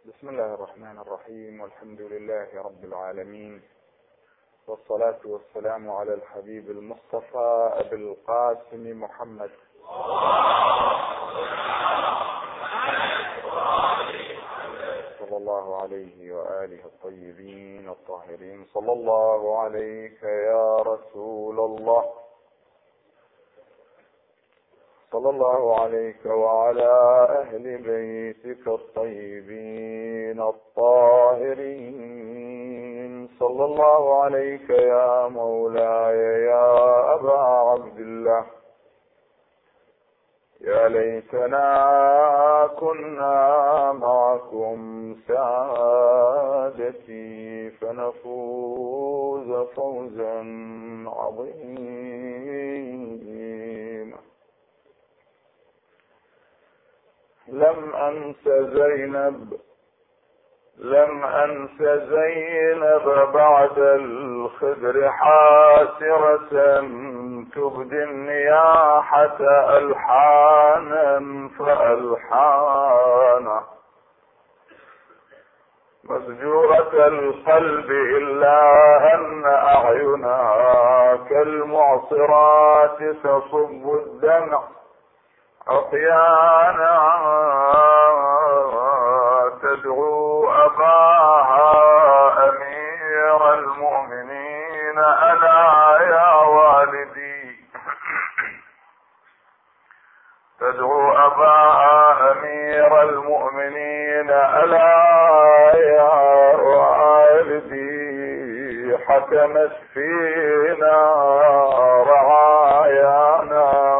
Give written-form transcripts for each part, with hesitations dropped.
بسم الله الرحمن الرحيم، والحمد لله رب العالمين، والصلاة والسلام على الحبيب المصطفى أبي القاسم محمد صلى الله عليه وآله الطيبين الطاهرين. صلى الله عليك يا رسول الله، صلى الله عليك وعلى أهل بيتك الطيبين الطاهرين. صلى الله عليك يا مولاي يا أبا عبد الله. يا ليتنا كنا معكم سعادتي فنفوز فوزا عظيما. لم أنس زينب بعد الخدر حاسرة تبدي النياحة ألحانا فألحانا، مسجورة القلب إلا أن أعينها كالمعصرات تصب الدمع عصيانا، تدعو أباها أمير المؤمنين ألا يا والدي، تدعو أباها أمير المؤمنين ألا يا والدي، حكمت فينا رعايانا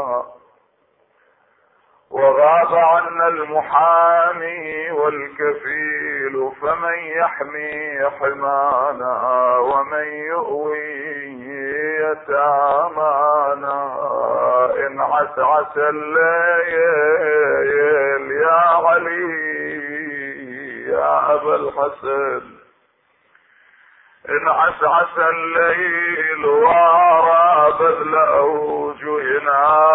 وغاب عنا المحامي والكفيل، فمن يحمي حمانا ومن يؤوي يتامانا. إن عسعس الليل يا علي يا أبا الحسن، إن عسعس الليل وارى بذل أوجهنا،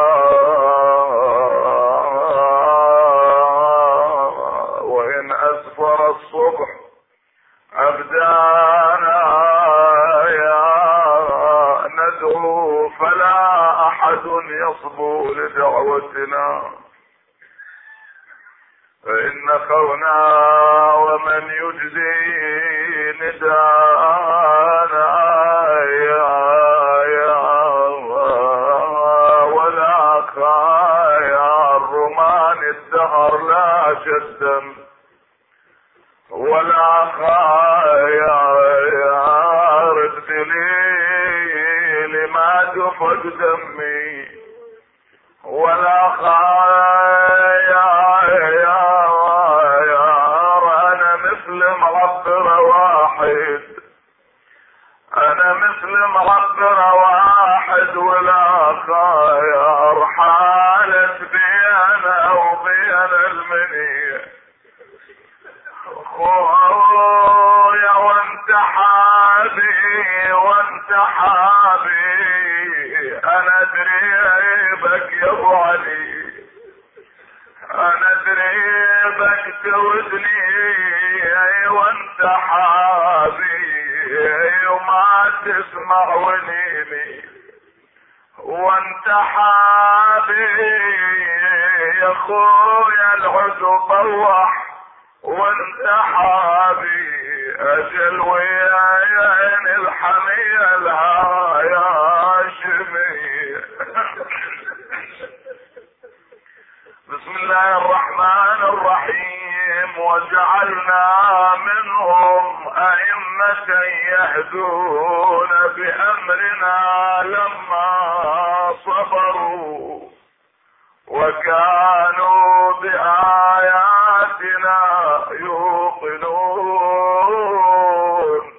الصبح أبدانا يا ندعو فلا أحد يصبو لدعوتنا، فإن خونا ومن يجزي ندانا يا ولا خايا الرمان الدهر لا شدم ولا خايا رد لي لما تفق دمي، ولا خايا انا مثل معبر واحد، انا مثل معبر واحد، ولا خايا حالت بينا وبين المنيه خويا وانت حابي انا دريبك يا ابو علي، انا دريبك تودني وانت حابي وما تسمع ونيني، وانت حابي يا خويا العدو طوح، وانت حابي اجل وياين الحمية الهاشمية. بسم الله الرحمن الرحيم. وجعلنا منهم أئمة يهدون بأمرنا لما صبروا وكانوا بآياتنا يوقنون.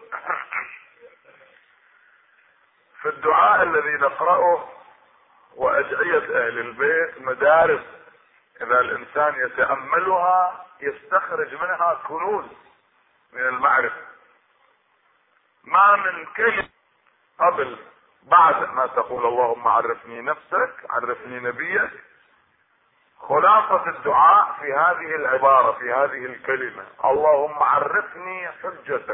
في الدعاء الذي نقرأه وأدعية أهل البيت مدارس، إذا الإنسان يتأملها يستخرج منها كنوز من المعرفة. ما من كلمة قبل بعد ما تقول اللهم عرفني نفسك، عرفني نبيك، خلاصة الدعاء في هذه العبارة، في هذه الكلمة: اللهم عرفني حجتك،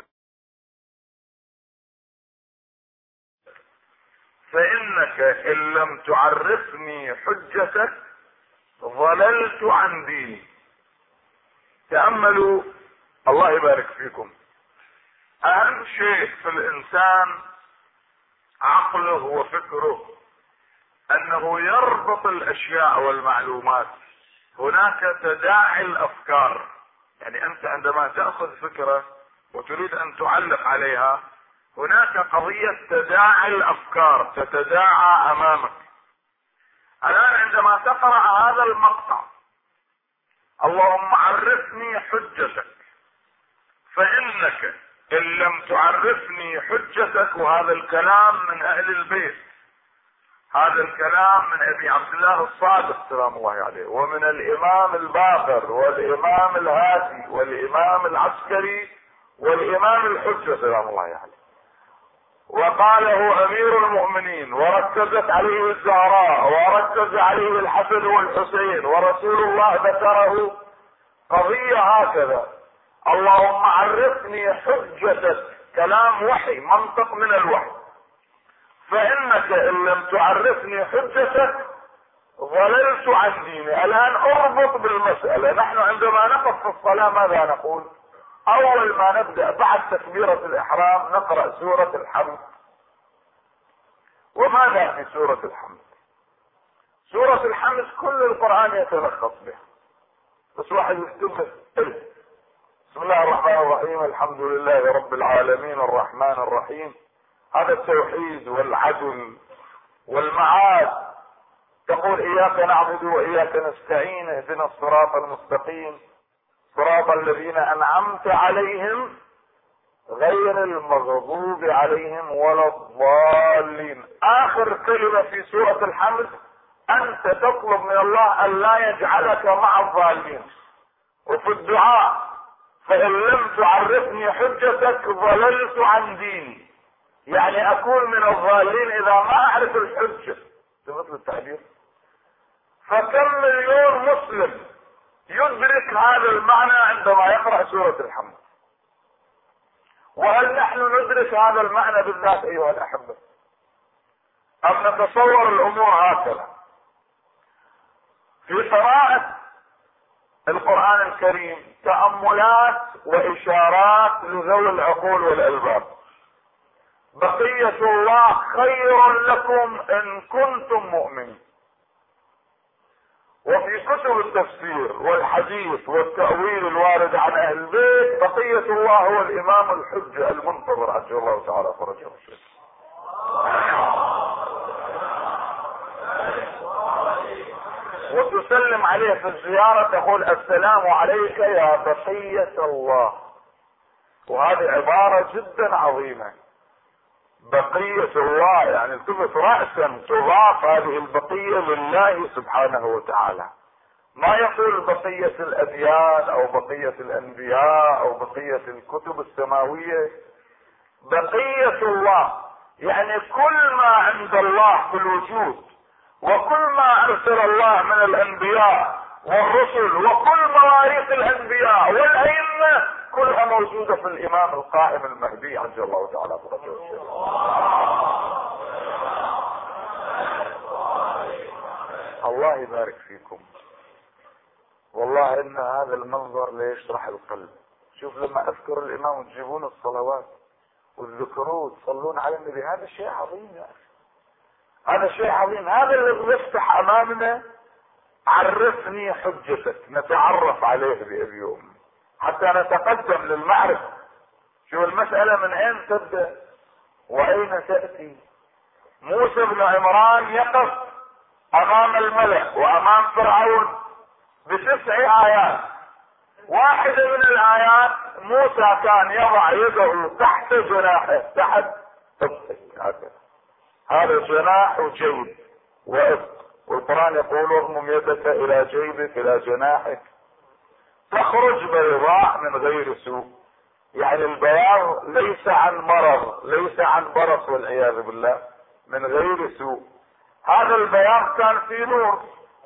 فإنك إن لم تعرفني حجتك ضللت عن ديني. تأملوا، الله يبارك فيكم، أهم شيء في الإنسان عقله وفكره أنه يربط الأشياء والمعلومات. هناك تداعي الأفكار، يعني أنت عندما تأخذ فكرة وتريد أن تعلق عليها، هناك قضية تداعي الأفكار تتداعى أمامك. الآن عندما تقرأ هذا المقطع: اللهم عرفني حجتك، فإنك إن لم تعرفني حجتك، وهذا الكلام من أهل البيت، هذا الكلام من أبي عبد الله الصادق سلام الله عليه، ومن الإمام الباقر والإمام الهادي والإمام العسكري والإمام الحجة سلام الله عليه، وقاله أمير المؤمنين، وركزت عليه الزهراء، وركز عليه الحسن والحسين، ورسول الله ذكره قضية هكذا: اللهم عرفني حجتك، كلام وحي، منطق من الوحي، فإنك إن لم تعرفني حجتك ضللت عن ديني. الآن اربط بالمسألة، نحن عندما نقف في الصلاة ماذا نقول؟ أول ما نبدأ بعد تكبيرة الإحرام نقرأ سورة الحمد. وماذا في سورة الحمد؟ سورة الحمد كل القرآن يتلخص بها، بس واحد يكتب بسم الله الرحمن الرحيم الحمد لله رب العالمين الرحمن الرحيم. هذا التوحيد والعدل والمعاد. تقول إياك نعبد وإياك نستعين، اهدنا الصراط المستقيم صراط الذين أنعمت عليهم غير المغضوب عليهم ولا الضالين. آخر كلمة في سورة الحمد: أنت تطلب من الله أن لا يجعلك مع الضالين. وفي الدعاء: فإن لم تعرفني حجتك ضللت عن ديني، يعني أكون من الضالين إذا ما أعرف الحجة. مثل التعبير. فكم مليون مسلم يدرك هذا المعنى عندما يقرأ سورة الحمد؟ وهل نحن ندرك هذا المعنى بالذات أيها الأحبة، أم نتصور الأمور هكذا؟ في قراءة القرآن الكريم تأملات وإشارات لذوي العقول والألباب. بقية الله خير لكم إن كنتم مؤمنين. وفي كتب التفسير والحديث والتأويل الوارد عن أهل البيت، بقية الله هو الإمام الحجة المنتظر عجل الله تعالى فرجه الشيخ. وتسلم عليه في الزيارة تقول: السلام عليك يا بقية الله. وهذه عبارة جدا عظيمة. بقية الله يعني التفت رأسا، تضاف هذه البقية لله سبحانه وتعالى. ما يقول بقية الأديان أو بقية الأنبياء أو بقية الكتب السماوية. بقية الله يعني كل ما عند الله في الوجود، وكل ما أرسل الله من الأنبياء والرسل، وكل مواريث الأنبياء والأئمة كلها موجودة في الإمام القائم المهدي عجل الله تعالى فرجه. الله يبارك فيكم. والله إن هذا المنظر ليشرح القلب. شوف لما أذكر الإمام تجيبون الصلوات والذكروا تصلون على النبي، هذا شيء عظيم يا أخي، هذا شيء عظيم. هذا اللي يفتح أمامنا عرفني حجتك، نتعرف عليه بأبي وأمي حتى نتقدم للمعرفة. شو المسألة من أين تبدأ وأين تأتي؟ موسى بن عمران يقف أمام الملأ وأمام فرعون ب9 آيات. واحدة من الآيات موسى كان يضع يده تحت جناحه، تحت هكذا، هذا جناح وجيب وإفق، والقرآن يقول: اضمم يدك إلى جيبك إلى جناحك تخرج بيضاء من غير سوء. يعني البياض ليس عن مرض، ليس عن برص والعياذ بالله، من غير سوء. هذا البياض كان في نور.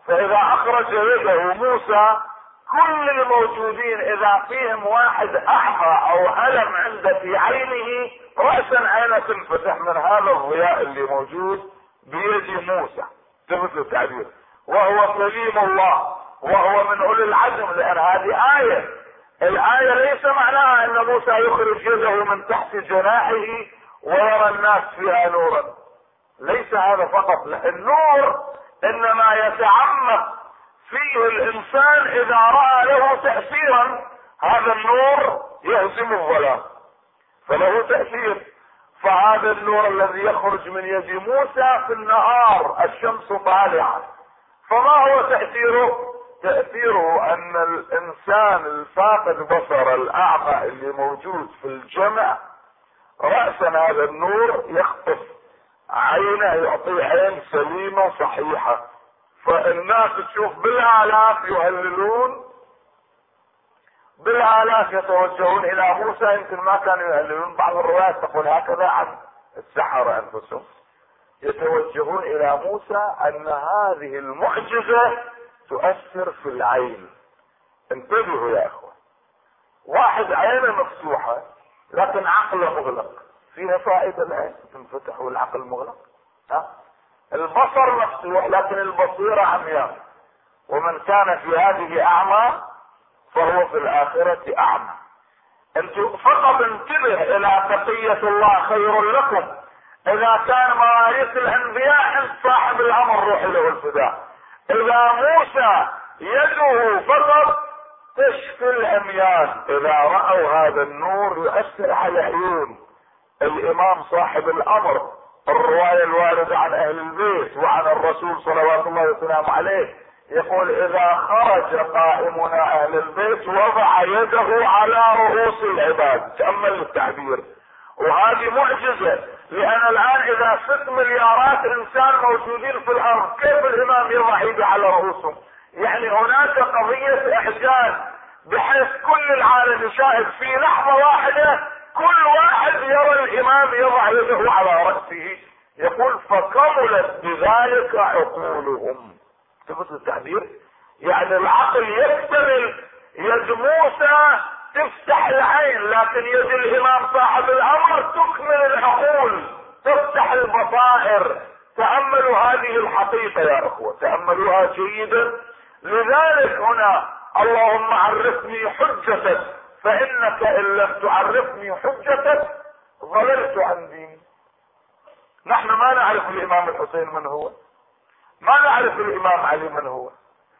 فاذا اخرج يده موسى كل الموجودين اذا فيهم واحد اعمى او الم عنده في عينه رأسا عينه تنفتح من هذا الضياء اللي موجود بيد موسى. تثبت التعبير. وهو كليم الله وهو من اولي العزم، لان هذه آية. الآية ليس معناها ان موسى يخرج يده من تحت جناحه ويرى الناس فيها نورا، ليس هذا فقط، لأن النور انما يتعمق فيه الانسان اذا رأى له تأثيرا. هذا النور يهزم الظلام فله تأثير. فهذا النور الذي يخرج من يد موسى في النهار الشمس طالعة، فما هو تأثيره؟ تأثيره ان الانسان الفاقد بصر الاعمى اللي موجود في الجمع رأسا هذا النور يخطف عينه يعطيه عين سليمة صحيحة، فالناس تشوف بالالاف يهللون، بالالاف يتوجهون الى موسى. يمكن ما كانوا يهللون، بعض الروايات تقول هكذا عن السحرة انفسهم يتوجهون الى موسى ان هذه المعجزة تؤثر في العين. انتبهوا يا اخوة، واحد عينه مفتوحة لكن عقله مغلق، فيها فائدة العين تنفتح والعقل مغلق؟ البصر مفتوح لكن البصيرة عمياء، ومن كان في هذه اعمى فهو في الاخرة اعمى. انتم فقط انتبه الى بقية الله خير لكم. اذا كان مواريث الانبياء عند صاحب الامر روح له الفداء. اذا موسى يده فقط تشفي العميان، اذا رأوا هذا النور يؤثر على عيون الامام صاحب الامر. الرواية الواردة عن اهل البيت وعن الرسول صلوات الله وسلامه عليه يقول اذا خرج قائمنا اهل البيت وضع يده على رؤوس العباد. تأمل التعبير. وهذه معجزة، لان الان اذا 6 مليارات انسان موجودين في الارض كيف الامام يضع يده على رؤوسهم؟ يعني هناك قضية اعجاز بحيث كل العالم يشاهد في لحظة واحدة، كل واحد يرى الامام يضع يده على رأسه. يقول فكملت بذلك عقولهم. تفضل التعبير. يعني العقل يكتمل. يد موسى تفتح العين، لكن يد الامام صاحب الامر تكمل العقول، تفتح البصائر. تأملوا هذه الحقيقة يا اخوة، تأملوها جيدا. لذلك هنا اللهم عرفني حجتك، فانك ان لم تعرفني حجتك ضللت عن ديني. نحن ما نعرف الامام الحسين من هو، ما نعرف الامام علي من هو.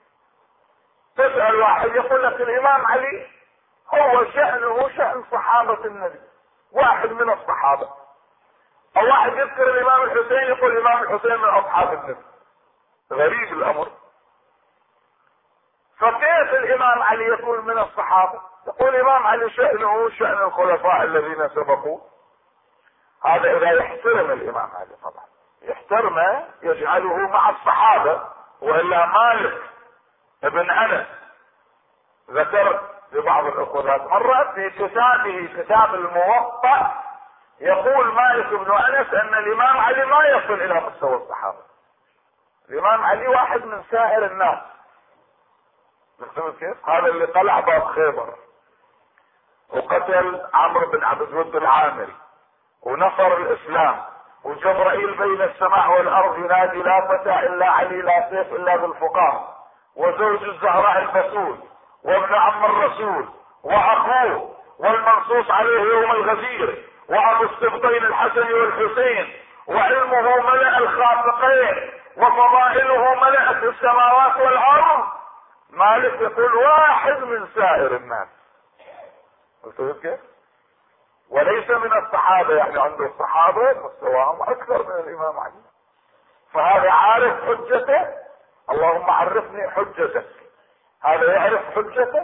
تسأل واحد يقول لك الامام علي هو شأنه شأن صحابة النبي، واحد من الصحابة. او واحد يذكر الامام الحسين يقول الامام الحسين من اصحاب النبي. غريب الامر. فكيف الامام علي يقول من الصحابة؟ يقول الامام علي شأنه شأن الخلفاء الذين سبقوا. هذا اذا يحترم الامام علي، طبعا يحترمه يجعله مع الصحابة. والا مالك ابن انس ذكر لبعض الاخوات مرة في كتابه كتاب الموطأ يقول مالك بن انس ان الامام علي ما يصل الى مستوى الصحابة. الامام علي واحد من سائر الناس. كيف؟ هذا اللي طلع باب خيبر وقتل عمرو بن عبد الود العامري ونصر الاسلام، وجبرائيل بين السماء والارض ينادي لا فتى الا علي لا سيف الا بالفقام، وزوج الزهراء البتول وابن عم الرسول واخوه والمنصوص عليه يوم الغدير وابو السبطين الحسن والحسين، وعلمه ملأ الخافقين وفضائله ملأت السماوات والارض. مالك يقول واحد من سائر الناس. قلت كيف؟ وليس من الصحابة، يعني عنده الصحابة مستواهم اكثر من الامام علي. فهذا عارف حجته. اللهم عرفني حجتك. هذا يعرف حجته.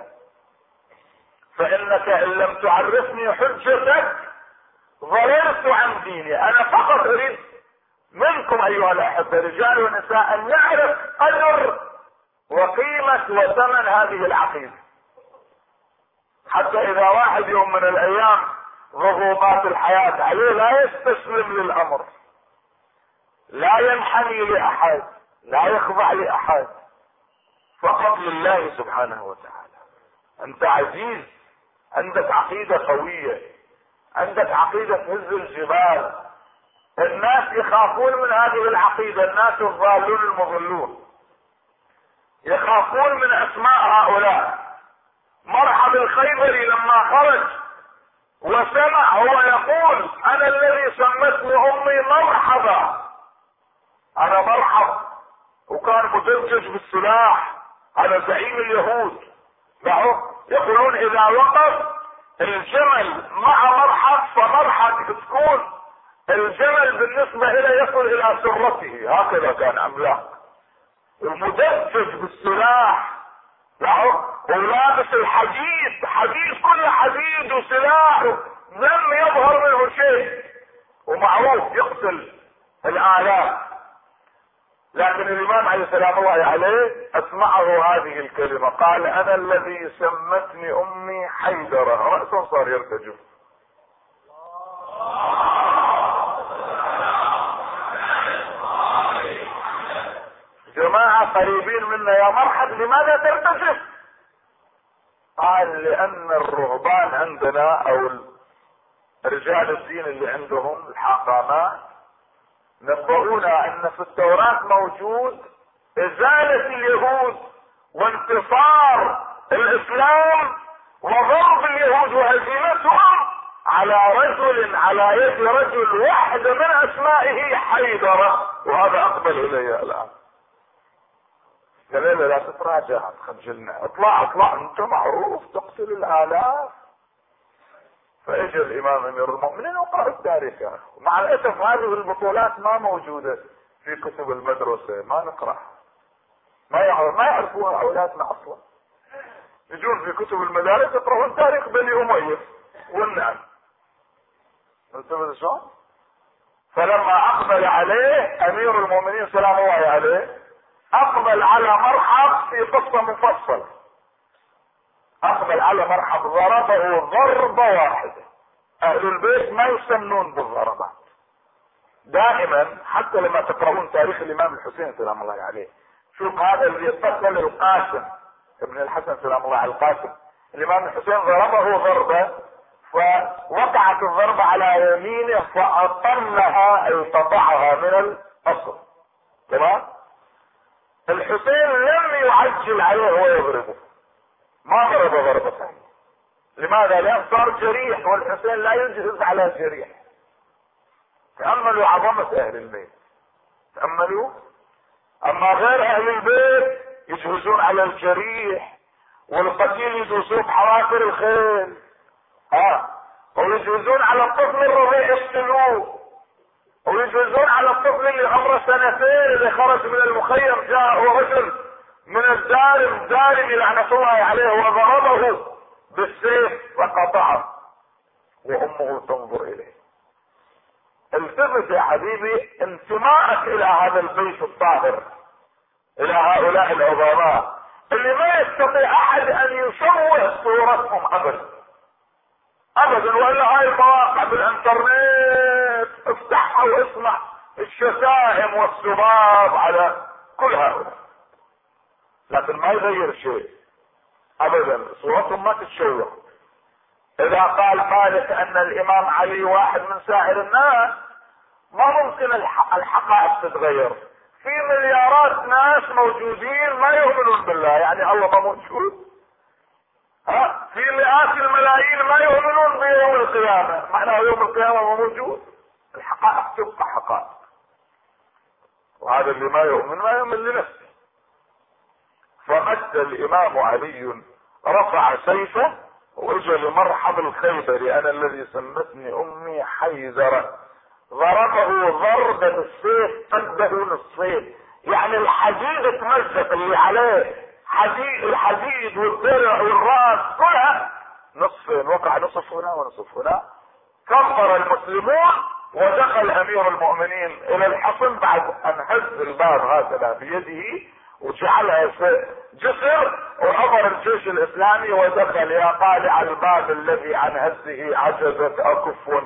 فانك ان لم تعرفني حجتك ضللت عن ديني. انا فقط اريد منكم ايها الاحبة رجال ونساء ان نعرف قدر وقيمة وثمن هذه العقيدة، حتى اذا واحد يوم من الايام ضغوطات الحياة عليه لا يستسلم للامر، لا ينحني لاحد، لا يخضع لاحد، فقط لله سبحانه وتعالى. انت عزيز، عندك عقيدة قوية، عندك عقيدة تهز الجبال. الناس يخافون من هذه العقيدة، الناس الضالون المضلون يخافون من اسماء هؤلاء. مرحب الخيبري لما خرج وسمع هو يقول انا الذي سمتني امي مرحبا، انا مرحب، وكان مدجج بالسلاح، هذا زعيم اليهود. يقولون اذا وقف الجمل مع مرحب فمرحب تكون الجمل بالنسبة اليه يصل الى سرته، هكذا كان عملاق ومدجج بالسلاح ولابس الحديد، حديد كله حديد وسلاح، لم يظهر منه شيء، ومعروف يقتل الالاف. لكن الامام عليه سلام الله عليه اسمعه هذه الكلمة، قال انا الذي سمتني امي حيدرة، رأسه صار يرتجف. جماعة قريبين منا يا مرحب لماذا ترتجف؟ قال لان الرهبان عندنا او رجال الدين اللي عندهم الحاخامات نبؤونا ان في التوراة موجود ازالة اليهود وانتصار الاسلام وضرب اليهود وهزيمتهم على يد رجل واحد من اسمائه حيدرة، وهذا اقبل الي الان. قال لا تتراجع تخجلنا، اطلع انت معروف تقتل الالاف. فاجى الامام امير المؤمنين وقرأ التاريخ، مع الاسف هذه البطولات ما موجودة في كتب المدرسة، ما نقرأها، ما يعرفوها اولادنا اصلا. يجون في كتب المدارس يقرأون تاريخ بني امية والنعم. انتبه شلون؟ فلما اقبل عليه امير المؤمنين سلام الله عليه اقبل على مرحب في قصة مفصلة، اقبل على مرحب ضربه ضربة واحدة. اهل البيت ما يسمنون بالضربات دائما، حتى لما تقرؤون تاريخ الامام الحسين سلام الله عليه، شوف هذا اللي قتل القاسم ابن الحسن سلام الله على القاسم، الامام الحسين ضربه ضربة فوقعت الضربة على يمينه فاطلها اي قطعها من الاصل. تمام؟ الحسين لم يعجل عليه ويضربه، ما ضرب ضربة ثانية. لماذا؟ لأن صار جريح، والحسين لا يجهز على الجريح. تأملوا عظمة اهل البيت، تأملوا. اما غير اهل البيت يجهزون على الجريح، والقتيل يدوسوه بحوافر الخيل، ويجهزون على الطفل الرضيع يقتلوه، ويجهزون على الطفل اللي عمره 2 سنين اللي خرج من المخيم جاء رجل من الدارم لعنة الله عليه وضربه بالسيف وقطعه وامه تنظر اليه. التفت يا حبيبي انتمائك الى هذا البيت الطاهر، الى هؤلاء العظماء اللي ما يستطيع احد ان يشوه صورتهم ابدا، والا هاي المواقع بالانترنت افتحها واسمع الشتائم والسباب على كل هؤلاء، لكن ما يغير شيء ابدا، صورتهم ما تتشوه. اذا قال مالك ان الامام علي واحد من سائر الناس، ما ممكن الحقائق تتغير. في مليارات ناس موجودين ما يؤمنون بالله، يعني الله ما موجود. في مئات الملايين ما يؤمنون بيوم القيامة، معناه يوم القيامة ما موجود. الحقائق تبقى حقائق، وهذا اللي ما يؤمن لنفسه. فمد الامام علي رفع سيفه واجى لمرحب الخيبري، انا الذي سمتني امي حيدرة، ضربه ضربة السيف قده نصفين، يعني الحديد اتمزق اللي عليه، الحديد والدرع والراس كلها نصفين، وقع نصف هنا ونصف هنا. كبر المسلمون ودخل امير المؤمنين الى الحصن بعد ان هز الباب هكذا بيده وجعلها جسر، وامر الجيش الاسلامي ودخل. يا قالع الباب الذي عن هزه عجزت اكف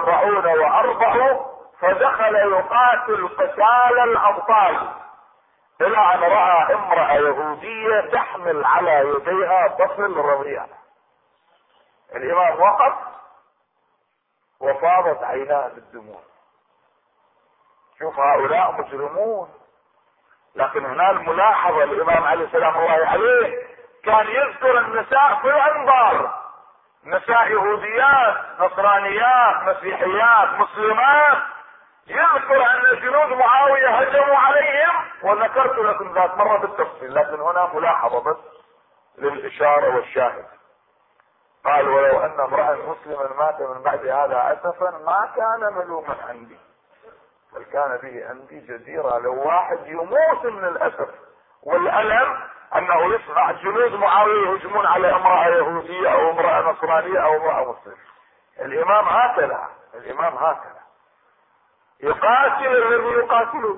40 و4، فدخل يقاتل قتال الابطال. الى ان راى امرأة يهودية تحمل على يديها طفل رضيع. الامام وقف وفاضت عيناه بالدموع. شوف هؤلاء مجرمون. لكن هنا الملاحظة، الامام عليه سلام الله عليه كان يذكر النساء في الانظار، نساء يهوديات نصرانيات مسيحيات مسلمات، يذكر ان جنود معاوية هجموا عليهم، وذكرت لكم ذات مرة بالتفصيل، لكن هنا ملاحظة بس للاشارة والشاهد. قال ولو ان امرأ مسلما مات من بعد هذا اسفا ما كان ملوما عندي، بل كان به عندي جديرة. لو واحد يموت من الاسف والالم انه يسمع جنود معاوية يهجمون على امرأة يهودية او امرأة نصرانية او امرأة مسلمة. الامام هكذا يقاتل الذي يقاتله.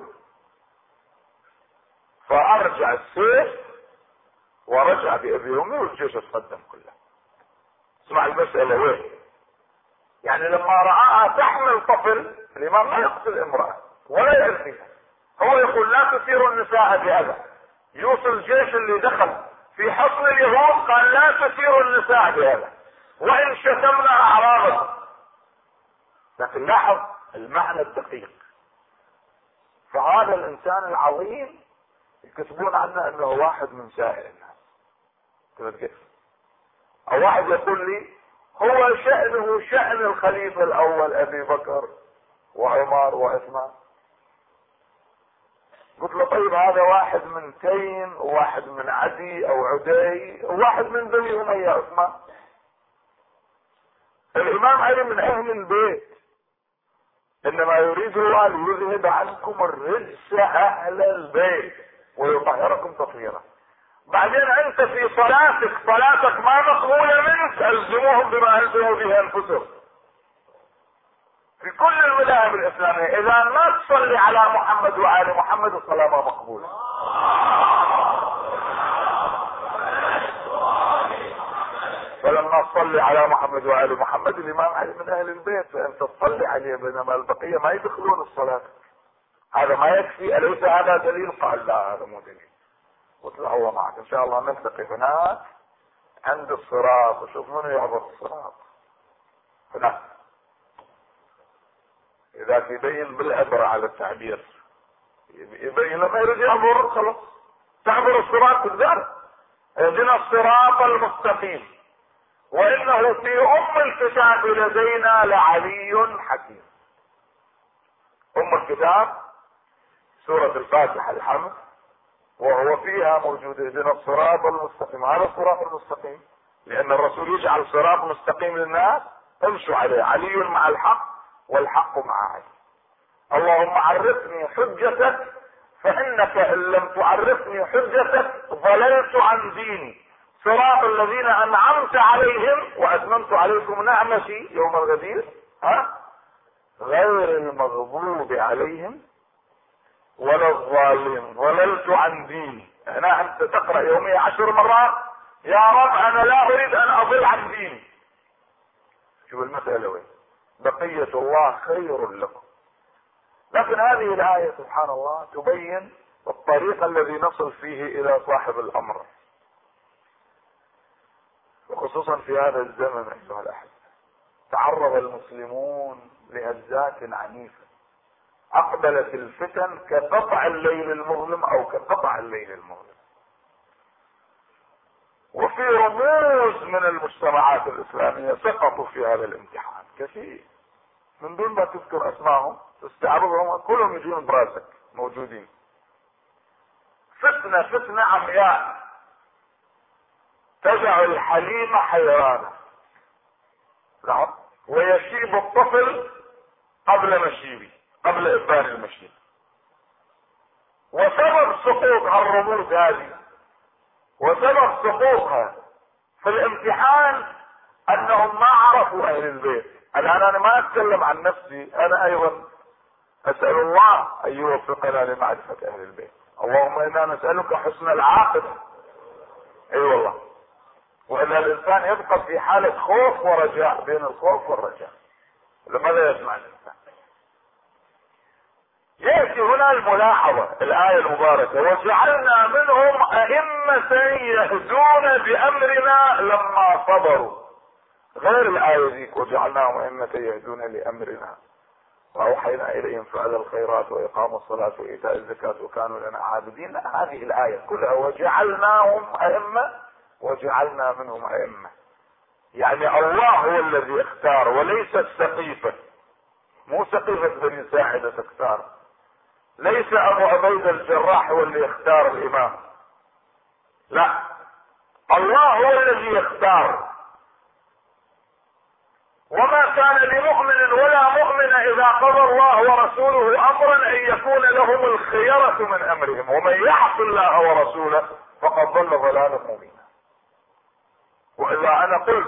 فارجع السيف ورجع بابي امي والجيش تقدم كله. اسمع المسألة وين؟ يعني لما رآها تحمل طفل، الامام لا يقتل امرأة ولا يأذيها، هو يقول لا تثير النساء بهذا. يوصل الجيش اللي دخل في حصن اليهود قال لا تثير النساء بهذا وان شتمنا اعراضكم. لكن لاحظ المعنى الدقيق. فهذا الانسان العظيم يكتبون عنه انه واحد من سائر الناس. كيف؟ او واحد يقول لي هو شأنه شأن الخليفة الاول ابي بكر وعمر وعثمان. قلت له طيب هذا واحد من تيم وواحد من عدي او عدي وواحد من بني امية عثمان. الامام علي من اهل البيت، انما يريد الله ان يذهب عنكم الرجس اهل البيت ويطهركم تطهيرا. بعدين انت في صلاتك ما مقبولة منك، الزموهم بما الزموا به انفسهم. في كل المذاهب الاسلامية اذا ما تصلي على محمد وآل محمد الصلاة ما مقبولة. فلما تصلي على محمد وآل محمد الامام علي من اهل البيت فانت تصلي عليه، بينما البقية ما يدخلون الصلاة. هذا ما يكفي؟ اليس هذا دليل؟ قال لا هذا مو دليل. قلت له الله معك ان شاء الله نلتقي هناك عند الصراط وشوف منو يعبر الصراط هناك. اذا يبين بالعبرة على التعبير، يبين لما يريد يعبر خلاص تعبر الصراط بالذات. اهدنا الصراط المستقيم وانه في ام الكتاب لدينا لعلي حكيم. ام الكتاب سورة الفاتحة الحمد، وهو فيها موجود اهدنا الصراط المستقيم. هذا الصراط المستقيم لان الرسول يجعل صراط مستقيم للناس امشوا عليه. علي مع الحق والحق مع علي. اللهم عرفني حجتك فانك ان لم تعرفني حجتك ضللت عن ديني. صراط الذين انعمت عليهم واتممت عليكم نعمتي يوم الغدير غير المغضوب عليهم ولا الظالمين ضللت عن ديني. هنا انت تقرأ يوميا 10 مرات يا رب انا لا اريد ان اضل عن ديني. شوف المسألة وين؟ بقية الله خير لكم. لكن هذه الآية سبحان الله تبين الطريق الذي نصل فيه الى صاحب الامر، وخصوصا في هذا الزمن ايها الاحبة. تعرض المسلمون لهزات عنيفة، اقبلت الفتن كقطع الليل المظلم او كقطع الليل المظلم. وفي رموز من المجتمعات الاسلامية سقطوا في هذا الامتحان كثير، من دون ما تذكر اسمائهم تستعرضهم كلهم يجون براسك موجودين. فتنة عمياء تجعل الحليم حيرانة ويشيب الطفل قبل مشيبه، قبل ابان المشيب. وسبب سقوط الرموز هذه وسبب سقوطها في الامتحان انهم ما عرفوا اهل البيت. الان انا ما اتكلم عن نفسي، انا ايضا اسأل الله ان يوفقنا لمعرفة اهل البيت. اللهم انا نسألك حسن العاقبة. اي والله. وان الانسان يبقى في حالة خوف ورجاء، بين الخوف والرجاء. لماذا يسمع الانسان؟ يأتي هنا الملاحظة الآية المباركة: وجعلنا منهم أئمة يهدون بأمرنا لما صبروا. غير الآية ذيك: وجعلناهم أئمة يهدون لأمرنا وأوحينا إليهم فعل الخيرات وإقام الصلاة وإيتاء الزكاة وكانوا لنا عابدين. لا، هذه الآية كلها وجعلناهم أئمة وجعلنا منهم أئمة، يعني الله هو الذي اختار وليس السقيفة، مو سقيفة بني ساعدة تختار، ليس أبو عبيدة الجراح هو اللي يختار الإمام، لا، الله هو الذي يختار. وما كان لمؤمن ولا مؤمنة إذا قضى الله ورسوله أمرا أن يكون لهم الخيرة من أمرهم ومن يعص الله ورسوله فقد ضل ضلالا مبينا. وإذا أنا قلت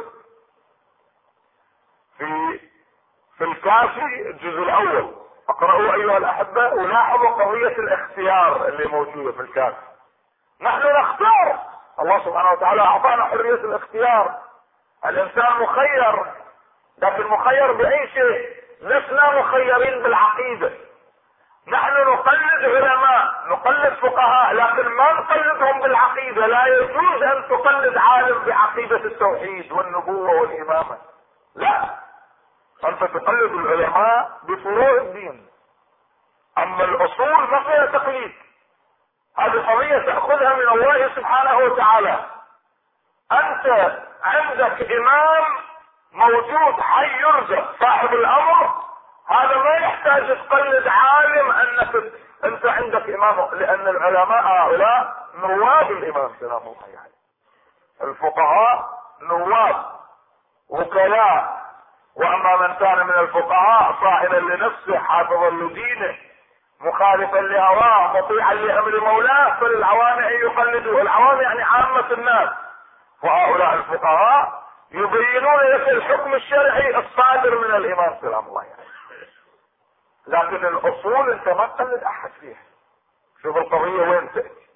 في الكافي الجزء الأول اقرأوا أيها الأحبة ولاحظوا قضية الاختيار اللي موجودة في الكافي. نحن نختار، الله سبحانه وتعالى أعطانا حرية الاختيار، الإنسان مخير، لكن مخير بأي شيء؟ لسنا مخيرين بالعقيدة. نحن نقلد علماء، نقلد فقهاء، لكن ما نقلدهم بالعقيدة. لا يجوز أن تقلد عالم بعقيدة التوحيد والنبوة والإمامة، لا، أنت تقلد العلماء بفروع الدين، أما الأصول ما فيها تقليد. هذه قضية تأخذها من الله سبحانه وتعالى. أنت عندك إمام موجود حي يرزق صاحب الأمر، هذا ما يحتاج تقلد عالم أنت عندك إمام، لأن العلماء هؤلاء نواب الإمام سلام الله عليه، الفقهاء نواب وكلاء، واما من كان من الفقهاء صائلا لنفسه حافظا لدينه مخالفا لهواه مطيعا لامر مولاه فللعوام ان يقلدوه. العوام يعني عامة الناس، وهؤلاء الفقهاء يبينون لك الحكم الشرعي الصادر من الامام سلام الله عليه. لكن الاصول انت ما تقلد احد فيها. شوف القضية وين تأتي.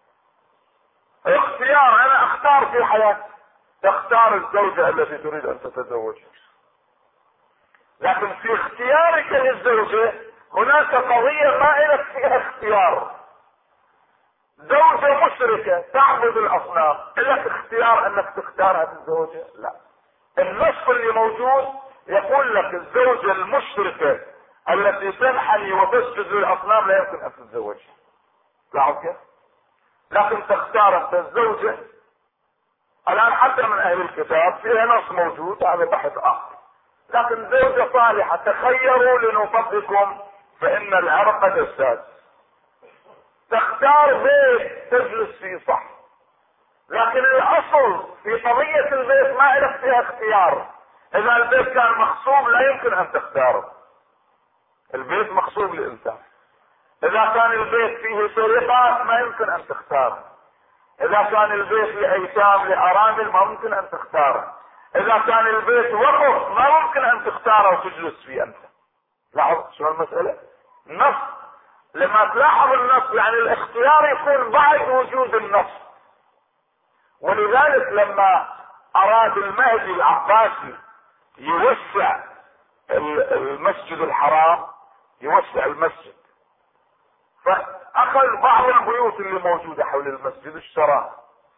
اختيار، انا اختار في حياتي، تختار الزوجة التي تريد ان تتزوجها، لكن في اختيارك للزوجة هناك قضية ما لك فيها اختيار. زوجة مشركة تعبد الاصنام، لك اختيار انك تختارها بالزوجة؟ لا. النص اللي موجود يقول لك الزوجة المشركة التي تنحني وتسجد للاصنام لا يمكن ان تتزوجها. لاحظ كيف؟ لكن تختار انت الزوجة. الان حتى من اهل الكتاب فيها نص موجود، هذا بحث اخر، لكن زوجة صالحة تخيروا لنطبقكم فإن العرق دسات. تختار بيت تجلس فيه صح، لكن الأصل في قضية البيت ما لك فيها اختيار. إذا البيت كان مخصوب لا يمكن أن تختاره، البيت مخصوب للإنسان. إذا كان البيت فيه سرقات ما يمكن أن تختاره. إذا كان البيت لأيتام لأرامل ما ممكن أن تختاره. إذا كان البيت وقف ما ممكن أن تختاره وتجلس فيه أنت. لاحظ شو المسألة؟ النص، لما تلاحظ النص يعني الاختيار يكون بعد وجود النص. ولذلك لما أراد المهدي العباسي يوسع المسجد الحرام، يوسع المسجد، فأخذ بعض البيوت اللي موجودة حول المسجد اشتراها.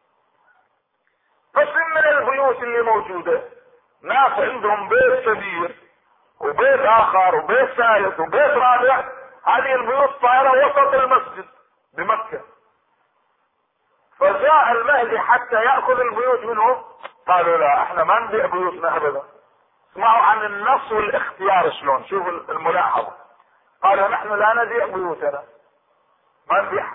قسم من البيوت اللي موجودة ناس عندهم بيت كبير وبيت اخر وبيت ثالث وبيت رابع، هذه البيوت صايرة وسط المسجد بمكة. فجاء المهدي حتى يأخذ البيوت منهم، قالوا لا احنا ما نبيع بيوتنا ابدا. اسمعوا عن النص والاختيار شلون، شوفوا الملاحظة. قالوا نحن لا نبيع بيوتنا، ما نبيع.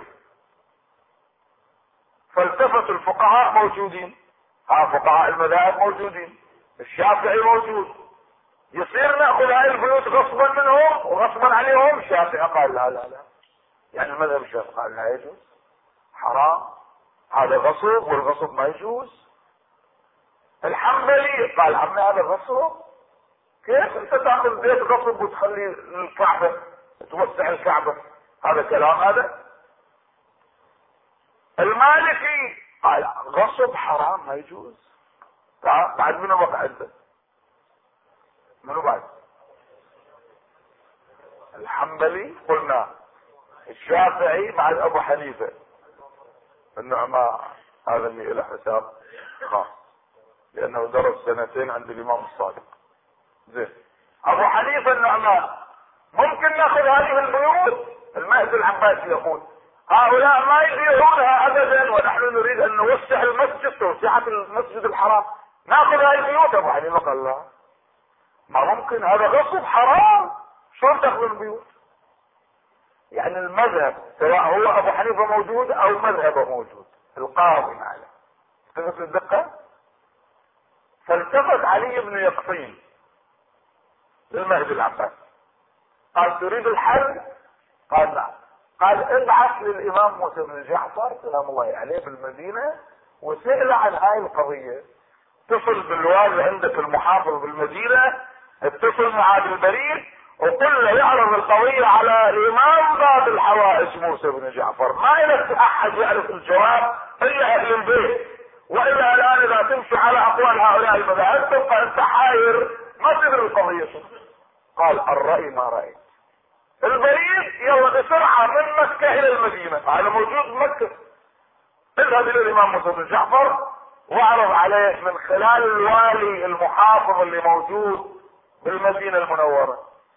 فالتفت الفقهاء موجودين، فقهاء المذاهب موجودين، الشافعي موجود، يصير ناخذ هاي البيوت غصبا منهم وغصبا عليهم؟ الشافعي قال لا لا لا، يعني المذهب الشافعي قال لا يجوز، حرام، هذا غصب والغصب ما يجوز. الحنبلي قال عمي هذا غصب، كيف انت تاخذ بيت غصب وتخلي الكعبة توسع الكعبة؟ هذا كلام هذا. المالكي قال غصب حرام ما يجوز. بعد منو بقى عنده؟ منو بعد؟ الحنبلي قلنا، الشافعي بعد ابو حنيفة، النعمان هذا اللي له حساب خاص لانه درس سنتين عند الامام الصادق. زين، ابو حنيفة النعمان. ممكن ناخذ هذه البيوت. المهدي العباسي يقول هؤلاء ما يبيعونها ابدا ونحن نريد ان نوسع المسجد، توسعة المسجد الحرام، ناخذ هذه البيوت. ابو حنيفة قال لا، ما ممكن، هذا غصب حرام، شلون تاخذ البيوت؟ يعني المذهب سواء هو ابو حنيفة موجود او مذهبه موجود، القاضي معنا تفهم الدقة. فالتفت علي بن يقطين للمهدي العباسي قال تريد الحل؟ قال نعم. قال ابعث للامام موسى بن جعفر سلام الله عليه بالمدينة وسئل عن هاي القضية. اتصل بالوالي عندك المحافظ بالمدينة، اتصل مع البريد وقل له يعرض القضية على الامام باب الحوائج موسى بن جعفر، ما لك احد يعرف الجواب الا اهل البيت، والا الان اذا تمشي على اقوال هؤلاء المذاهب تبقى انت حاير ما تدري القضية شو. قال الرأي ما رأيت. البريد يلا بسرعة من مكة الى المدينة، هذا موجود بمكة، اذهب الى الامام موسى بن جعفر واعرض عليه من خلال الوالي المحافظ اللي موجود بالمدينة المنورة.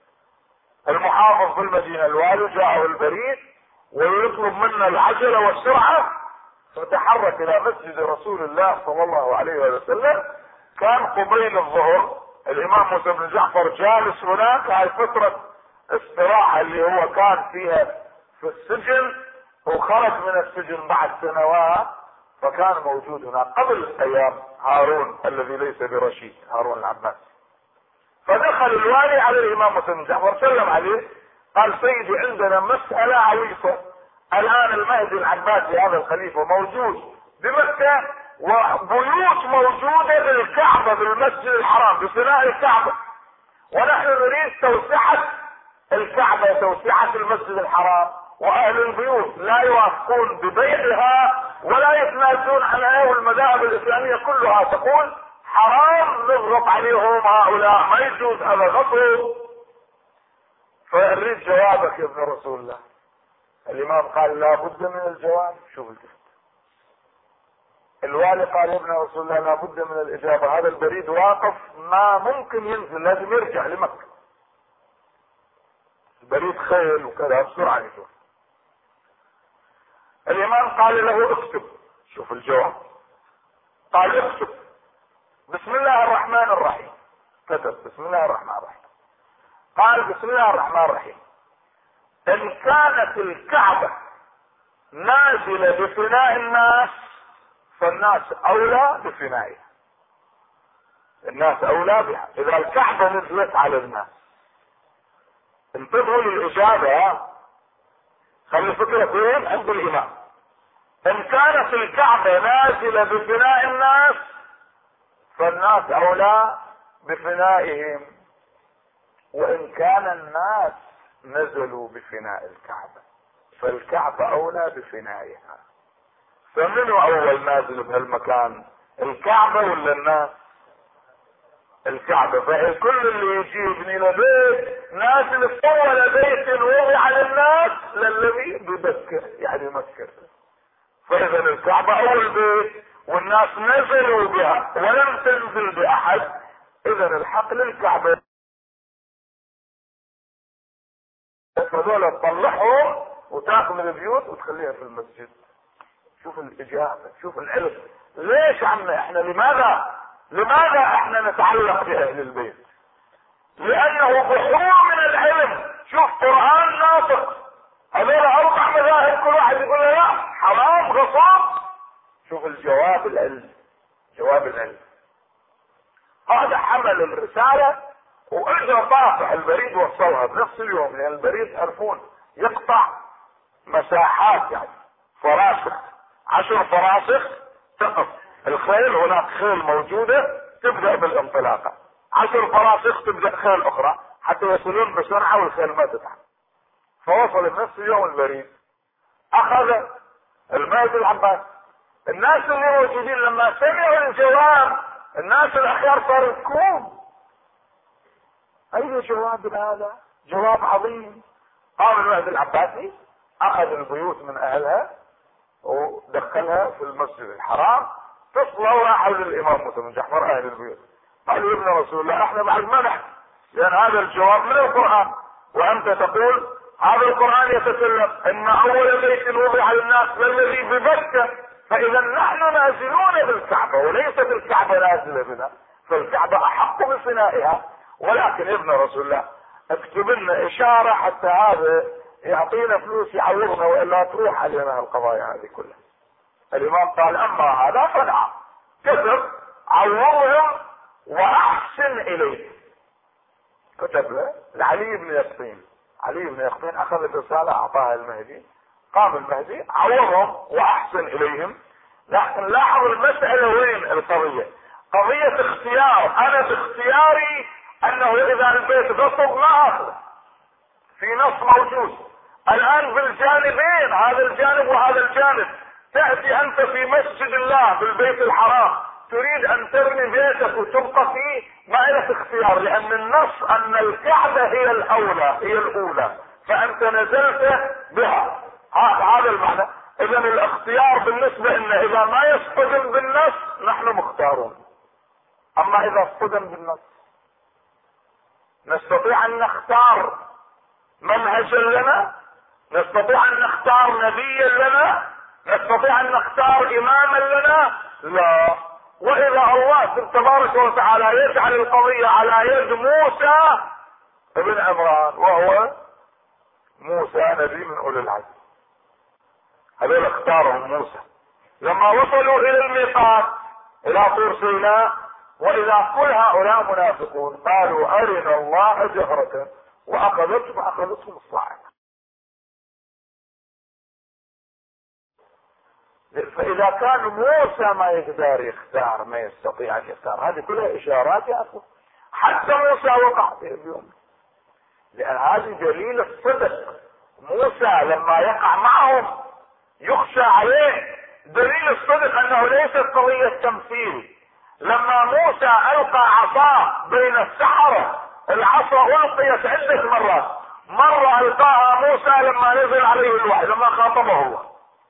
المحافظ بالمدينة الوالي جاءه البريد ويطلب منا العجلة والسرعة، فتحرك الى مسجد رسول الله صلى الله عليه وسلم. كان قبيل الظهر، الامام موسى بن جعفر جالس هناك، هاي فترة استراحة اللي هو كان فيها في السجن، وخرج من السجن بعد سنوات، فكان موجود هناك قبل ايام هارون الذي ليس برشيد، هارون العباسي. فدخل الوالي على الامام موسى بن جعفر سلم عليه، قال سيدي عندنا مسألة عويصة، الان المهدي العباسي هذا الخليفة موجود بمكة وبيوت موجودة بالكعبة بالمسجد الحرام بفناء الكعبة، ونحن نريد توسعة الكعبة توسعة المسجد الحرام، واهل البيوت لا يوافقون ببيعها ولا يتنازلون عنها، والمذاهب الاسلامية كلها تقول حرام نضغط عليهم هؤلاء، ما يجوز، هذا غصب. فاريد جوابك يا ابن رسول الله. الامام قال لا بد من الجواب. شوف الجواب. الوالي قال يا ابن رسول الله لا بد من الاجابة، هذا البريد واقف ما ممكن ينزل، لازم يرجع لمكة، البريد خيل وكذا بسرعة يشوف. الامام قال له اكتب. شوف الجواب، قال اكتب بسم الله الرحمن الرحيم. كتب بسم الله الرحمن الرحيم. قال بسم الله الرحمن الرحيم ان كانت الكعبة نازلة بفناء الناس فالناس اولى بفنائها، الناس اولى بها، اذا الكعبة نزلت على الناس. انتبهوا للاجابة، خلي فكرة فين عند الامام. ان كانت الكعبة نازلة بفناء الناس فالناس اولى بفنائهم، وان كان الناس نزلوا بفناء الكعبة فالكعبة اولى بفنائها. فمنو اول نازل بهالمكان، الكعبة ولا الناس؟ الكعبة. فكل اللي يجي يبني له بيت نازل في اول بيت وضع للناس للذي بمكة يعني مكة، فاذا الكعبة اول بيت والناس نزلوا بها ولم تنزل باحد، اذا الحق للكعبة. فدول تطلعهم وتاخذ من البيوت وتخليها في المسجد. شوف الاجابة، شوف العلم. ليش عمنا احنا لماذا احنا نتعلق باهل البيت؟ لانه بحور من العلم. شوف قرآن ناطق، هذول 4 مذاهب كل واحد يقول له لا حرام غصب. شوف الجواب العلم، جواب العلم. هذا حمل الرسالة واجا طافح البريد وصلها بنفس اليوم، لان البريد عرفون يقطع مساحات يعني فراسخ، 10 فراسخ تقف الخيل، هناك خيل موجودة تبدأ بالانطلاقة، 10 فراسخ تبدأ خيل اخرى حتى يصلون بسرعة والخيل ما تتعب. فوصل بنفس اليوم البريد، اخذ المهدي العباس. الناس اللي موجودين لما سمعوا الجواب، الناس الاخيار صاروا يبكون. اي جواب هذا؟ جواب عظيم، قام المهدي العباسي اخذ البيوت من اهلها ودخلها في المسجد الحرام، تصلوا وراحوا للامام موسى بن جعفر اهل البيوت، قالوا يا ابن رسول الله احنا بعد ما نحن، لان هذا الجواب من القرآن، وانت تقول هذا القرآن يتكلم ان اول بيت وضع للناس والذي بمكة، فاذا نحن نازلون بالكعبة وليست الكعبة نازلة بنا، فالكعبة احق بصنائها. ولكن يا ابن رسول الله اكتب لنا اشارة حتى هذا يعطينا فلوس يعوضنا والا تروح علينا القضايا هذه كلها. الامام قال اما هذا فنعم، كتب عوضهم واحسن اليه. كتب له لعلي بن يقطين، علي بن يقطين اخذ الرسالة اعطاها المهدي، قام المهدي عوضهم واحسن اليهم. لكن لاحظ المسألة وين القضية؟ قضية اختيار، انا باختياري انه اذا البيت غصب ما اخذه، في نص موجود الان بالجانبين، هذا الجانب وهذا الجانب. تأتي انت في مسجد الله بالبيت الحرام تريد ان تبني بيتك وتبقى فيه، ما لك اختيار، لان النص ان الكعبة هي الاولى هي الاولى، فانت نزلت بها. هذا المعنى. اذا الاختيار بالنسبة ان اذا ما يصطدم بالنص نحن مختارون، اما اذا اصطدم بالنص نستطيع ان نختار منهجا لنا، نستطيع ان نختار نبيا لنا، نستطيع ان نختار اماما لنا؟ لا. واذا الله تبارك وتعالى يجعل القضية على يد موسى ابن عمران، وهو موسى نبي من اولي العزم، هذول اختارهم موسى لما وصلوا الى الميقات الى طور سيناء، واذا كل هؤلاء منافقون قالوا ارنا الله جهرة، واخذتهم الصاعقة. فاذا كان موسى ما يقدر يختار، ما يستطيع ان يختار، هذه كلها اشارات يا اخو. حتى موسى وقع في اليوم، لان هذه دليل الصدق. موسى لما يقع معهم يخشى عليه، دليل الصدق انه ليست قضية تمثيل. لما موسى القى عصاه بين السحرة، العصا القيت عدة مرات، مرة القاها موسى لما نزل عليه الوحي، لما خاطبه الله،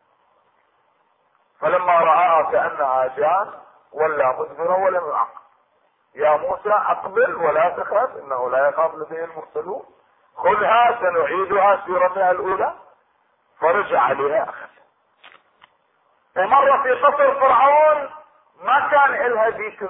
فلما رآها كأنها جان ولا مدبرا ولم يعقب. يا موسى اقبل ولا تخاف انه لا يخاف لديه المرسلون، خذها سنعيدها سيرتها الاولى. فرجع عليها اخذ. ومرة في قصر فرعون ما كان إلها ذيك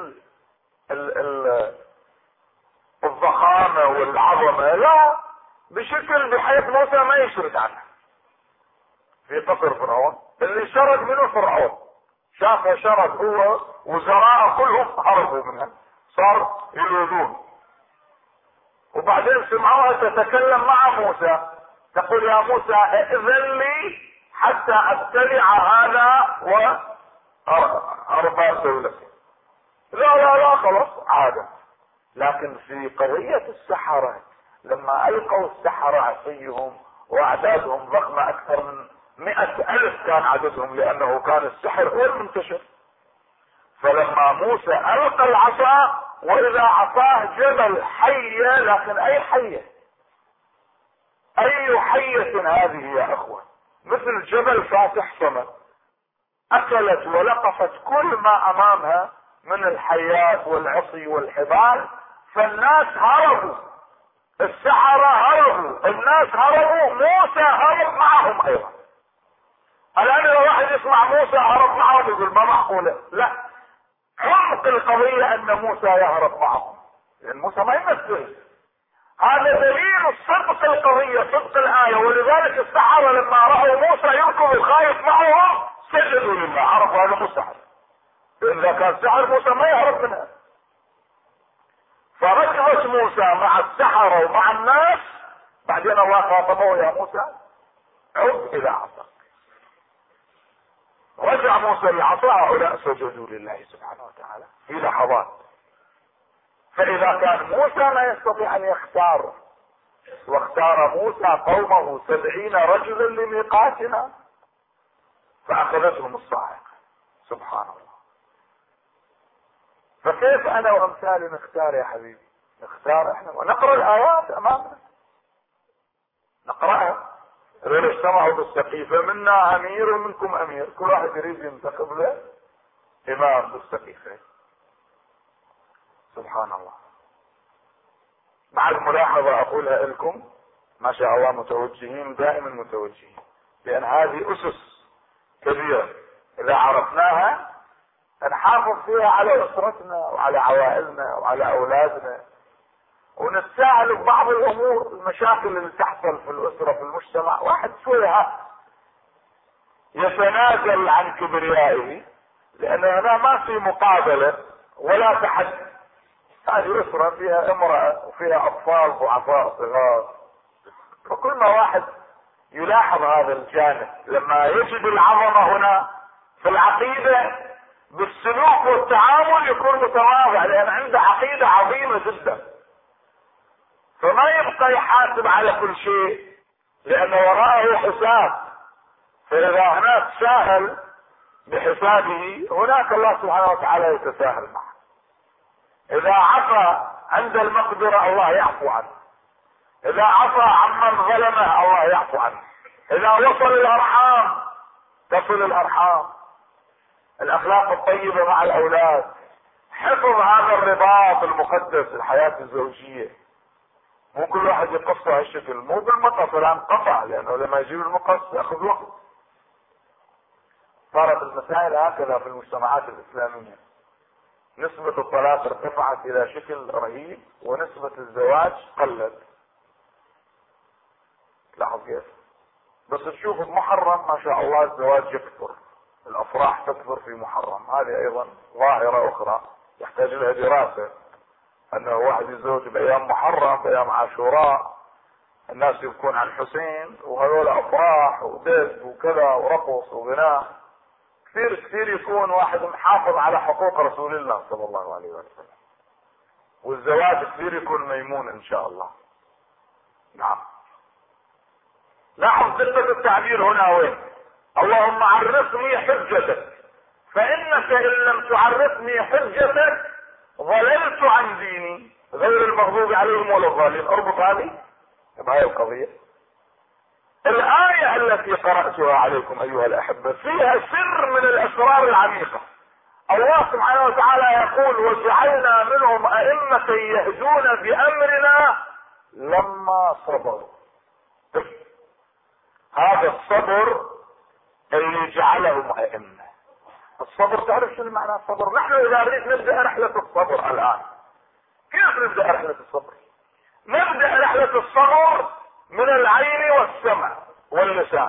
الضخامة والعظمة، لا، بشكل بحيث موسى ما يشرد عنها. في قصر فرعون اللي شرد منه فرعون، شافها شرد هو وزراء كلهم هربوا منها، صار يلوذون. وبعدين سمعوها تتكلم مع موسى تقول يا موسى ائذن لي حتى ابتلع هذا واربى دولتي. لا خلاص عادة. لكن في قضية السحرة لما القوا السحرة عصيهم واعدادهم ضخمة اكثر من 100,000 كان عددهم، لانه كان السحر هو المنتشر. فلما موسى القى العصا واذا عصاه جبل حية، لكن اي حية؟ اي حية هذه يا اخوة؟ مثل جبل فاتح صمد، اكلت ولقفت كل ما امامها من الحيات والعصي والحبال، فالناس هربوا، السحرة هربوا، الناس هربوا، موسى هرب معهم ايضا. الان لو واحد يسمع موسى هرب معهم يقول ما معقولة، لا، عمق القضية ان موسى يهرب معهم، لان موسى ما يمثل. هذا دليل صدق القضية، صدق الآية. ولذلك السحرة لما رأوا موسى يركض الخايف معهم سجدوا لله، عرفوا هذا مو سحر. إذا كان سحر موسى ما يهرب منها. فركضت موسى مع السحرة ومع الناس، بعدين الله خاطبه يا موسى عد إلى عصاك. رجع موسى لعصاه، هؤلاء سجدوا لله سبحانه وتعالى في لحظات. فإذا كان موسى ما يستطيع أن يختار، واختار موسى قومه 70 رجلا لميقاتنا، فأخذتهم الصاعقة. سبحان الله. فكيف أنا وأمثالي نختار يا حبيبي؟ نختار احنا ونقرأ الآيات أمامنا. نقرأها. إذا اجتمعوا بالسقيفة منا أمير ومنكم أمير، كل واحد يريد ينتخب له إمام بالسقيفة. سبحان الله. مع الملاحظة أقولها لكم، ما شاء الله متوجهين، دائما متوجهين، لأن هذه أسس كبيرة إذا عرفناها نحافظ فيها على أسرتنا وعلى عوائلنا وعلى أولادنا، ونتساهل ببعض الأمور، المشاكل اللي تحصل في الأسرة في المجتمع. واحد شوية يتنازل عن كبريائه، لأن هنا ما في مقابلة ولا تحدي. هذه أسرة فيها امرأة وفيها أطفال ضعفاء صغار، فكل ما واحد يلاحظ هذا الجانب لما يجد العظمة هنا في العقيدة بالسلوك والتعامل يكون متواضع، لأن عنده عقيدة عظيمة جدا، فما يبقى يحاسب على كل شيء لأن وراءه حساب. فإذا هناك ساهل بحسابه، هناك الله سبحانه وتعالى يتساهل معه. إذا عفى عند المقدرة الله يعفو عنه، إذا عفى عمن ظلمه الله يعفو عنه، إذا وصل الأرحام تصل الأرحام. الأخلاق الطيبة مع الأولاد، حفظ هذا الرباط المقدس، الحياة الزوجية. مو كل واحد يقص هالشكل، مو بالمقص الآن قطع، لأنه لما يجيب المقص يأخذ وقت. صارت المسائل هكذا في المجتمعات الإسلامية، نسبة الطلاق ارتفعت إلى شكل رهيب ونسبة الزواج قلت. لاحظ كيف؟ بس تشوف بمحرم ما شاء الله الزواج يكثر، الأفراح تكثر في محرم. هذه أيضا ظاهرة أخرى يحتاج لها دراسة، أنه واحد يتزوج بأيام محرم، بأيام عاشوراء، الناس يبكون عن حسين، وهذول أفراح ودب وكذا ورقص وغناء. كثير يكون واحد محافظ على حقوق رسول الله صلى الله عليه وسلم، والزواج كثير يكون ميمون إن شاء الله. نعم. لاحظ دقة التعبير هنا وين؟ اللهم عرفني حجتك، فإنك إن لم تعرفني حجتك ضللت عن ديني غير المغضوب عليهم ولا الضالين. اربط هذه بهاي القضية. الآية التي قرأتها عليكم أيها الأحبة فيها سر من الأسرار العميقة. الله سبحانه وتعالى يقول: وجعلنا منهم أئمة يهدون بأمرنا لما صبروا. هذا الصبر اللي جعلهم أئمة. الصبر، تعرف شو معنى الصبر؟ نحن إذا نريد نبدأ رحلة الصبر الآن، كيف نبدأ رحلة الصبر؟ نبدأ رحلة الصبر من العين والسمع واللسان.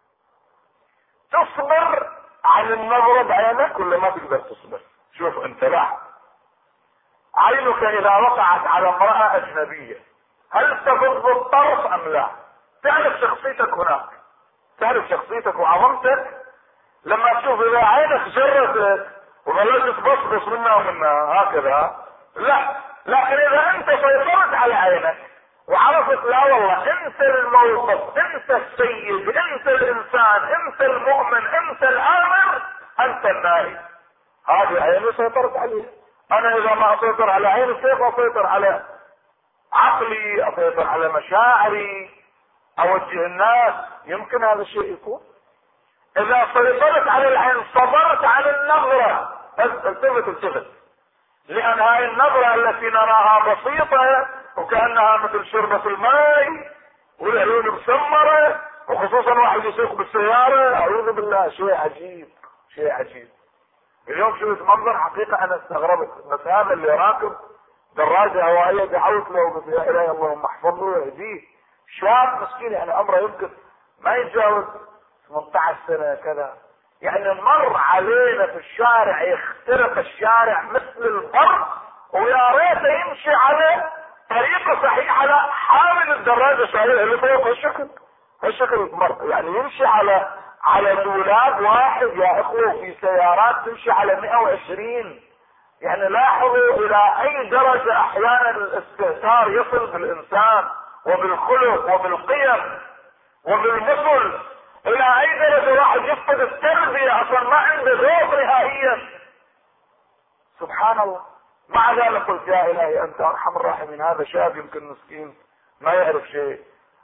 تصبر عن النظرة بعينك ولا ما تقدر تصبر؟ شوف انت، لاحظ عينك اذا وقعت على امرأة اجنبية هل تغض الطرف ام لا؟ تعرف شخصيتك هناك، تعرف شخصيتك وعظمتك لما تشوف اذا عينك جرت وظلت تبصبص منها ومنها هكذا، لا. لكن اذا انت سيطرت على عينك وعرفت لا والله انت الموقف، انت السيد، انت الانسان، انت المؤمن، انت الامر، انت النائب، هذه عيني سيطرت عليها. انا اذا ما اسيطر على عيني كيف اسيطر على عقلي، اسيطر على مشاعري، اوجه الناس؟ يمكن هذا الشيء يكون؟ اذا سيطرت على العين صبرت على النظرة. التفت، لان هاي النظرة التي نراها بسيطة وكأنها مثل شربة الماء والعيون مسمرة، وخصوصا واحد يسوق بالسيارة، اعوذ بالله، شيء عجيب، شيء عجيب. اليوم شفت منظر حقيقة انا استغربت، بس هذا اللي راكب دراجة هوائية دعوت له وقلت يا الهي اللهم احفظه ويهديه، شاب مسكين يعني عمره يمكن ما يتجاوز 18 سنة كذا، يعني مر علينا في الشارع يخترق الشارع مثل البرق، ويا ريته يمشي على طريقة صحيحة. لا، حامل الدراجة شايلها اللي فوق هالشكل مر، يعني يمشي على دولاب واحد يا اخوه، في سيارات تمشي على 120. يعني لاحظوا الى اي درجة احيانا الاستهتار يصل بالانسان وبالخلق وبالقيم وبالمثل، الى اي درجة واحد يفقد التربية اصلا ما عنده ذوق نهائيا. سبحان الله. مع ذلك قلت يا الهي انت ارحم الراحمين، هذا شاب يمكن مسكين ما يعرف شيء،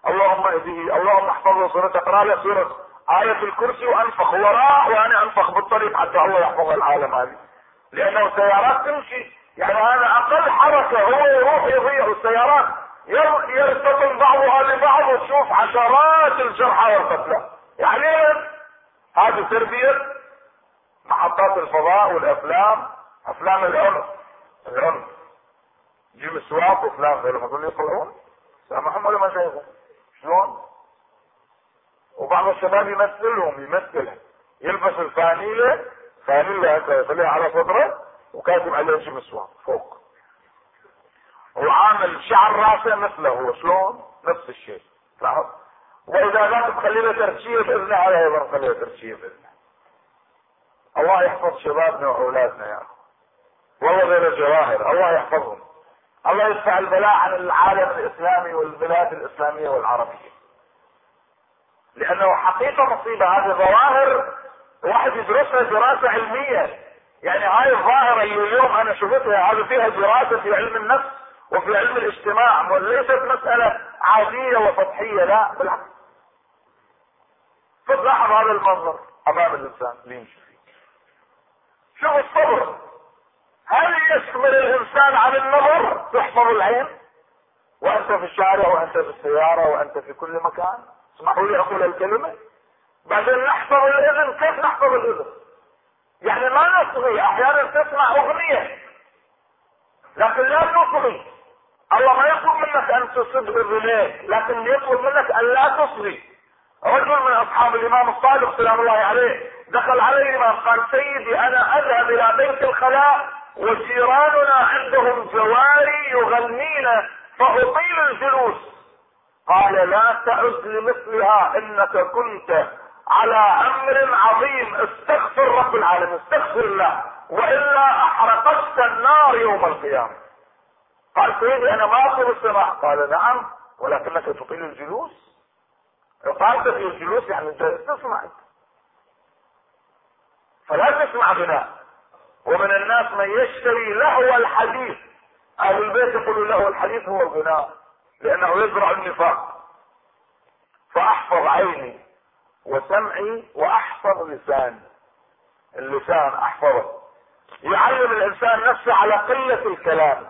اللهم اهده، اللهم احفظه سورة اقرا له سورة آية الكرسي وانفخ وراء وانا انفخ بالطريق حتى الله يحفظ العالم هذه، لانه سيارات تمشي، يعني هذا اقل حركة هو يروح يضيع، والسيارات يرتطم بعضها ببعض وتشوف عشرات الجرحى والقتلى. يعني هذه تربية محطات الفضاء والافلام، افلام العنف جيب السواق وفلان غير ما يقولون يطلعون سامحهم ولا ما شايفهم شلون؟ وبعض الشباب يمثلها يلبس الفانيلة يخليها على صدره وكاتب عليه جيب السواق فوق، وعامل شعر راسه مثله هو شلون؟ نفس الشيء. واذا لا تخلي له ترشيه باذنه على ايضا خلي له ترشيه باذنه. الله يحفظ شبابنا واولادنا يا اخي، والله غير الجواهر الله يحفظهم، الله يدفع البلاء عن العالم الاسلامي والبلاد الاسلاميه والعربيه، لانه حقيقه مصيبه. هذه ظواهر واحد يدرسها دراسه علميه، يعني هاي الظاهره اللي اليوم انا شفتها هذه فيها دراسه في علم النفس وفي علم الاجتماع، وليست مساله عاديه وسطحيه، لا بالعكس. فتلاحظ هذا المنظر امام الانسان اللي يمشي فيه. شوف الصبر، هل يشمل الانسان عن النظر؟ تحفظ العين وانت في الشارع وانت في السيارة وانت في كل مكان، اسمحوا لي اقول الكلمة. بعدين نحفظ الاذن، كيف نحفظ الاذن؟ يعني ما نصغي، احيانا تسمع اغنية لكن لا تصغي. الله ما يطلب منك ان تصد اذنيك، لكن يطلب منك ان لا تصغي. رجل من اصحاب الامام الصادق سلام الله عليه دخل عليه الامام قال: سيدي انا اذهب الى بيت الخلاء وجيراننا عندهم جواري يغنين فاطيل الجلوس. قال: لا تعد لمثلها، انك كنت على امر عظيم، استغفر رب العالمين، استغفر الله، والا احرقتك النار يوم القيامه. قال: سيدي انا ما اطلب السماع. قال: نعم ولكنك تطيل الجلوس. قالت في الجلوس يعني انت تسمع، فلا تسمع غناء. ومن الناس من يشتري لهو الحديث، اهل البيت يقولوا لهو الحديث هو الغناء لانه يزرع النفاق. فاحفظ عيني وسمعي واحفظ لساني، اللسان احفظه. يعلم الانسان نفسه على قلة الكلام،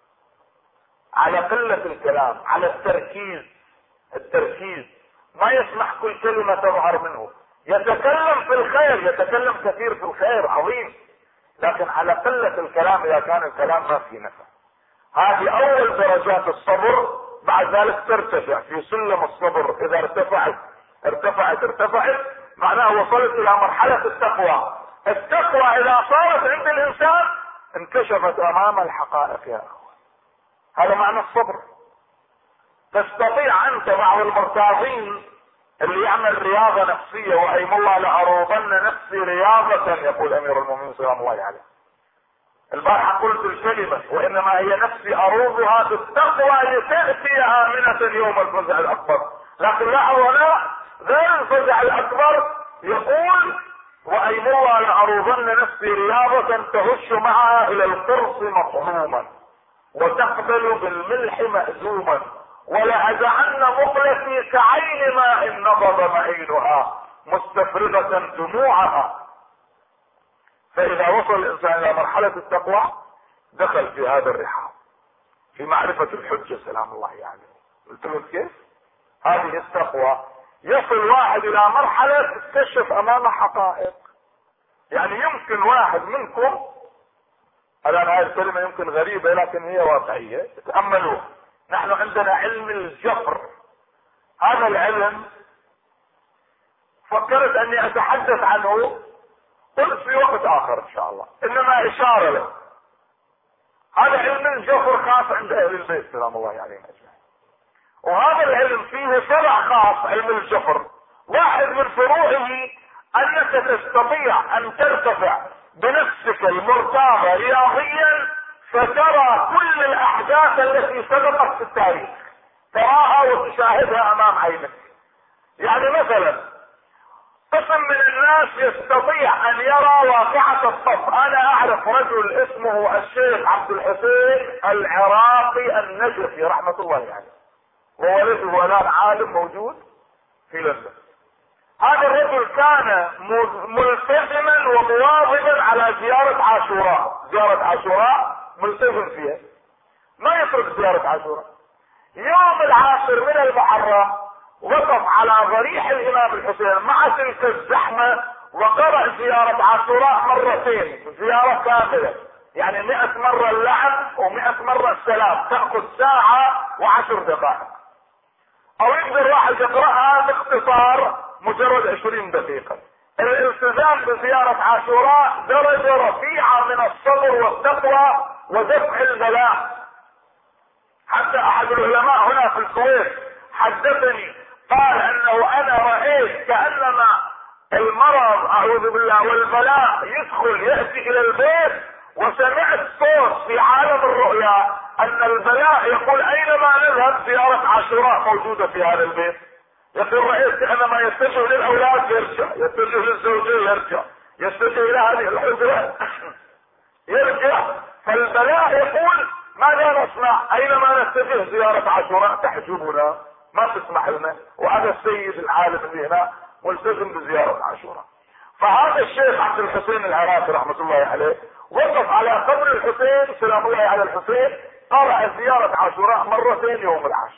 على التركيز، ما يسمح كل كلمة تظهر منه. يتكلم في الخير، يتكلم كثير في الخير عظيم، لكن على قلة الكلام اذا كان الكلام ما فيه نفع. هذه اول درجات الصبر، بعد ذلك ترتفع في سلم الصبر. اذا ارتفعت معناه وصلت الى مرحلة التقوى. التقوى اذا صارت عند الانسان انكشفت امام الحقائق يا اخوان. هذا معنى الصبر. تستطيع انت بعض المرتاضين اللي يعمل رياضة نفسية، وايم الله لاروضن نفسي رياضة، يقول امير المؤمنين سلام الله عليه. البارحة قلت الكلمة: وانما هي نفسي اروضها بالتقوى لتأتي آمنة يوم الفزع الاكبر. لكن لاحظوا هنا غير الفزع الاكبر، يقول: وايم الله لاروضن نفسي رياضة تهش معها الى القرص مطعوما وتقبل بالملح مأزوما ولأجعلن مقلتي كعين ماء نبض معينها مستفرغة دموعها. فإذا وصل الإنسان إلى مرحلة التقوى دخل في هذا الرحاب، في معرفة الحجة سلام الله عليه. قلت له كيف؟ هذه التقوى. يصل واحد إلى مرحلة تكشف أمامه حقائق. يعني يمكن واحد منكم، الآن هذه الكلمة يمكن غريبة لكن هي واقعية، تأملوها. نحن عندنا علم الجفر. هذا العلم فكرت اني اتحدث عنه، قلت في وقت اخر ان شاء الله، انما اشارة له. هذا علم الجفر خاص عند اهل البيت سلام الله عليهم اجمعين. وهذا العلم فيه فرع خاص، علم الجفر. واحد من فروعه انك تستطيع ان ترتفع بنفسك المرتاضة رياضيا فترى كل الاحداث التي سبقت في التاريخ، تراها وتشاهدها امام عينك. يعني مثلا قسم من الناس يستطيع ان يرى واقعة الصف. انا اعرف رجل اسمه الشيخ عبد الحسين العراقي النجفي رحمة الله عليه. وولده الان عالم موجود في لندن. هذا الرجل كان ملتزما ومواظبا على زيارة عاشوراء. زيارة عاشوراء ملتزم فيها، ما يترك زيارة عاشوراء. يوم العاشر من المحرم وقف على ضريح الامام الحسين مع تلك الزحمة وقرأ زيارة عاشوراء مرتين، زيارة كاملة، يعني 100 مرة اللعن و100 مرة السلام، تأخذ ساعة و10 دقائق. او يقدر واحد يقرأها باختصار مجرد 20 دقيقة. الالتزام بزيارة عاشوراء درجة رفيعة من الصبر والتقوى ودفع البلاء. حتى احد العلماء هنا في الكويت حدثني قال انه انا رأيت كأنما المرض اعوذ بالله والبلاء يدخل يأتي الى البيت، وسمعت صوت في عالم الرؤيا ان البلاء يقول اينما نذهب زيارة عاشوراء موجودة في هذا البيت. يقول رأيت كأنما يتجه للاولاد يرجع، يتجه للزوجين يرجع، يتجه الى هذه الحجرة يرجع. فالبلاء يقول ماذا نصنع؟ اينما نتجه زيارة عاشوراء تحجبنا، ما تسمح لنا. وهذا السيد العالم اللي هنا ملتزم بزيارة عاشوراء. فهذا الشيخ عبد الحسين العراقي رحمة الله عليه وقف على قبر الحسين سلام الله على الحسين، قرأ زيارة عاشوراء مرتين يوم العاشر،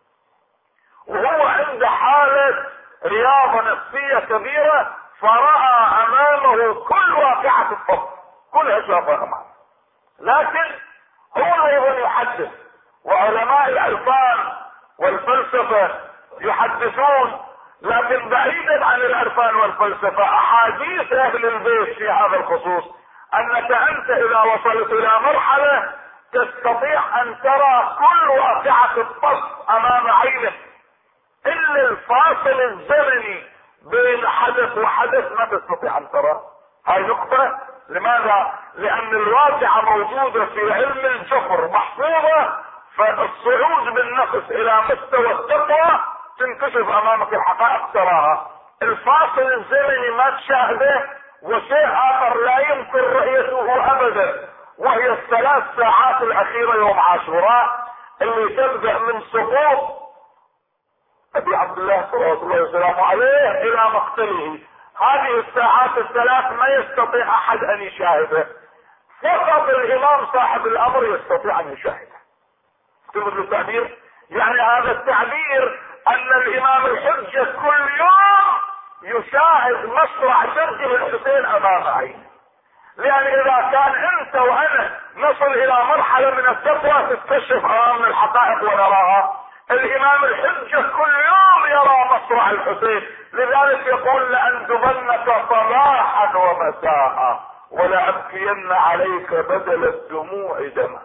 وهو عند حالة رياضة نفسية كبيرة، فرأى امامه كل واقعة الطب كلها شافها امامه. لكن هو ايضا يحدث، وعلماء العرفان والفلسفة يحدثون، لكن بعيدا عن العرفان والفلسفة احاديث اهل البيت في هذا الخصوص انك انت اذا وصلت الى مرحلة تستطيع ان ترى كل واقعة الطب امام عينك، الا الفاصل الزمني بين حدث وحدث ما تستطيع ان ترى. هاي نقطة. لماذا؟ لان الواقعة موجودة في علم الجبر محفوظة، فالصعود بالنفس الى مستوى التقوى تنكشف امامك الحقائق تراها. الفاصل الزمني ما تشاهده، وشيء اخر لا يمكن رؤيته ابدا، وهي ال3 ساعات الاخيرة يوم عاشوراء اللي تبدأ من سقوط ابي عبد الله صلوات الله وسلامه عليه الى مقتله. هذه الساعات ال3 ما يستطيع احد ان يشاهده، فقط الامام صاحب الامر يستطيع ان يشاهده. تفهم التعبير؟ يعني هذا التعبير ان الامام الحجة كل يوم يشاهد مصرع شرجه الحسين امام عينه. لان اذا كان انت وانا نصل الى مرحلة من التقوى تكتشف امامنا الحقائق ونراها، الامام الحجة كل يوم يرى مصرع الحسين. لذلك يقول لأندبنك صباحا ومساء ولأبكين عليك بدل الدموع دما.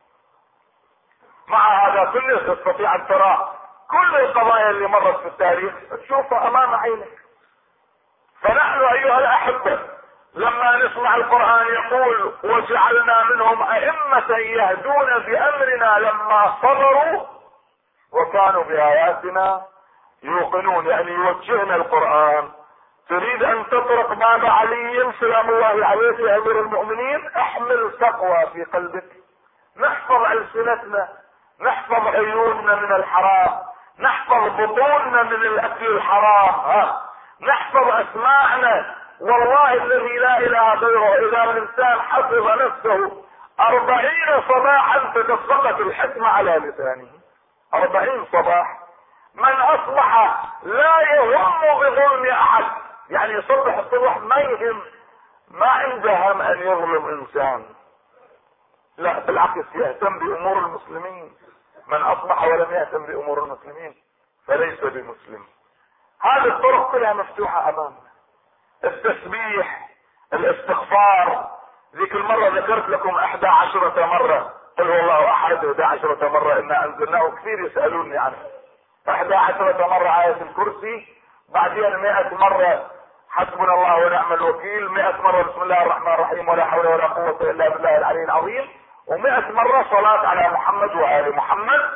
مع هذا كله تستطيع ان ترى كل القضايا اللي مرت في التاريخ تشوفها امام عينك. فنحن ايها الاحبة لما نسمع القرآن يقول وجعلنا منهم ائمة يهدون بامرنا لما صبروا وكانوا باياتنا يوقنون، يعني يوجهنا القرآن. تريد ان تطرق باب علي سلام الله عليه يا امير المؤمنين، احمل تقوى في قلبك. نحفظ السنتنا، نحفظ عيوننا من الحرام، نحفظ بطوننا من الاكل الحرام، نحفظ اسماعنا. والله الذي لا اله غيره اذا الانسان حفظ نفسه 40 صباحا تدفقت الحكمة على لسانه. 40 صباح. من اصبح لا يهم بظلم احد، يعني يصبح الصبح ما يهم، ما عنده هم ان يظلم انسان، لا بالعكس يهتم بامور المسلمين. من اصبح ولم يهتم بامور المسلمين فليس بمسلم. هذه الطرق كلها مفتوحة امامنا. التسبيح، الاستغفار. ذيك المرة ذكرت لكم 11 مرة قل هو الله احد، 11 مرة انا انزلناه، كثير يسألوني عنه. 11 مرة آية الكرسي، بعدين 100 مرة حسبنا الله ونعم الوكيل، 100 مرة بسم الله الرحمن الرحيم ولا حول ولا قوة الا بالله العلي العظيم، و100 مرة صلاة على محمد وآل محمد.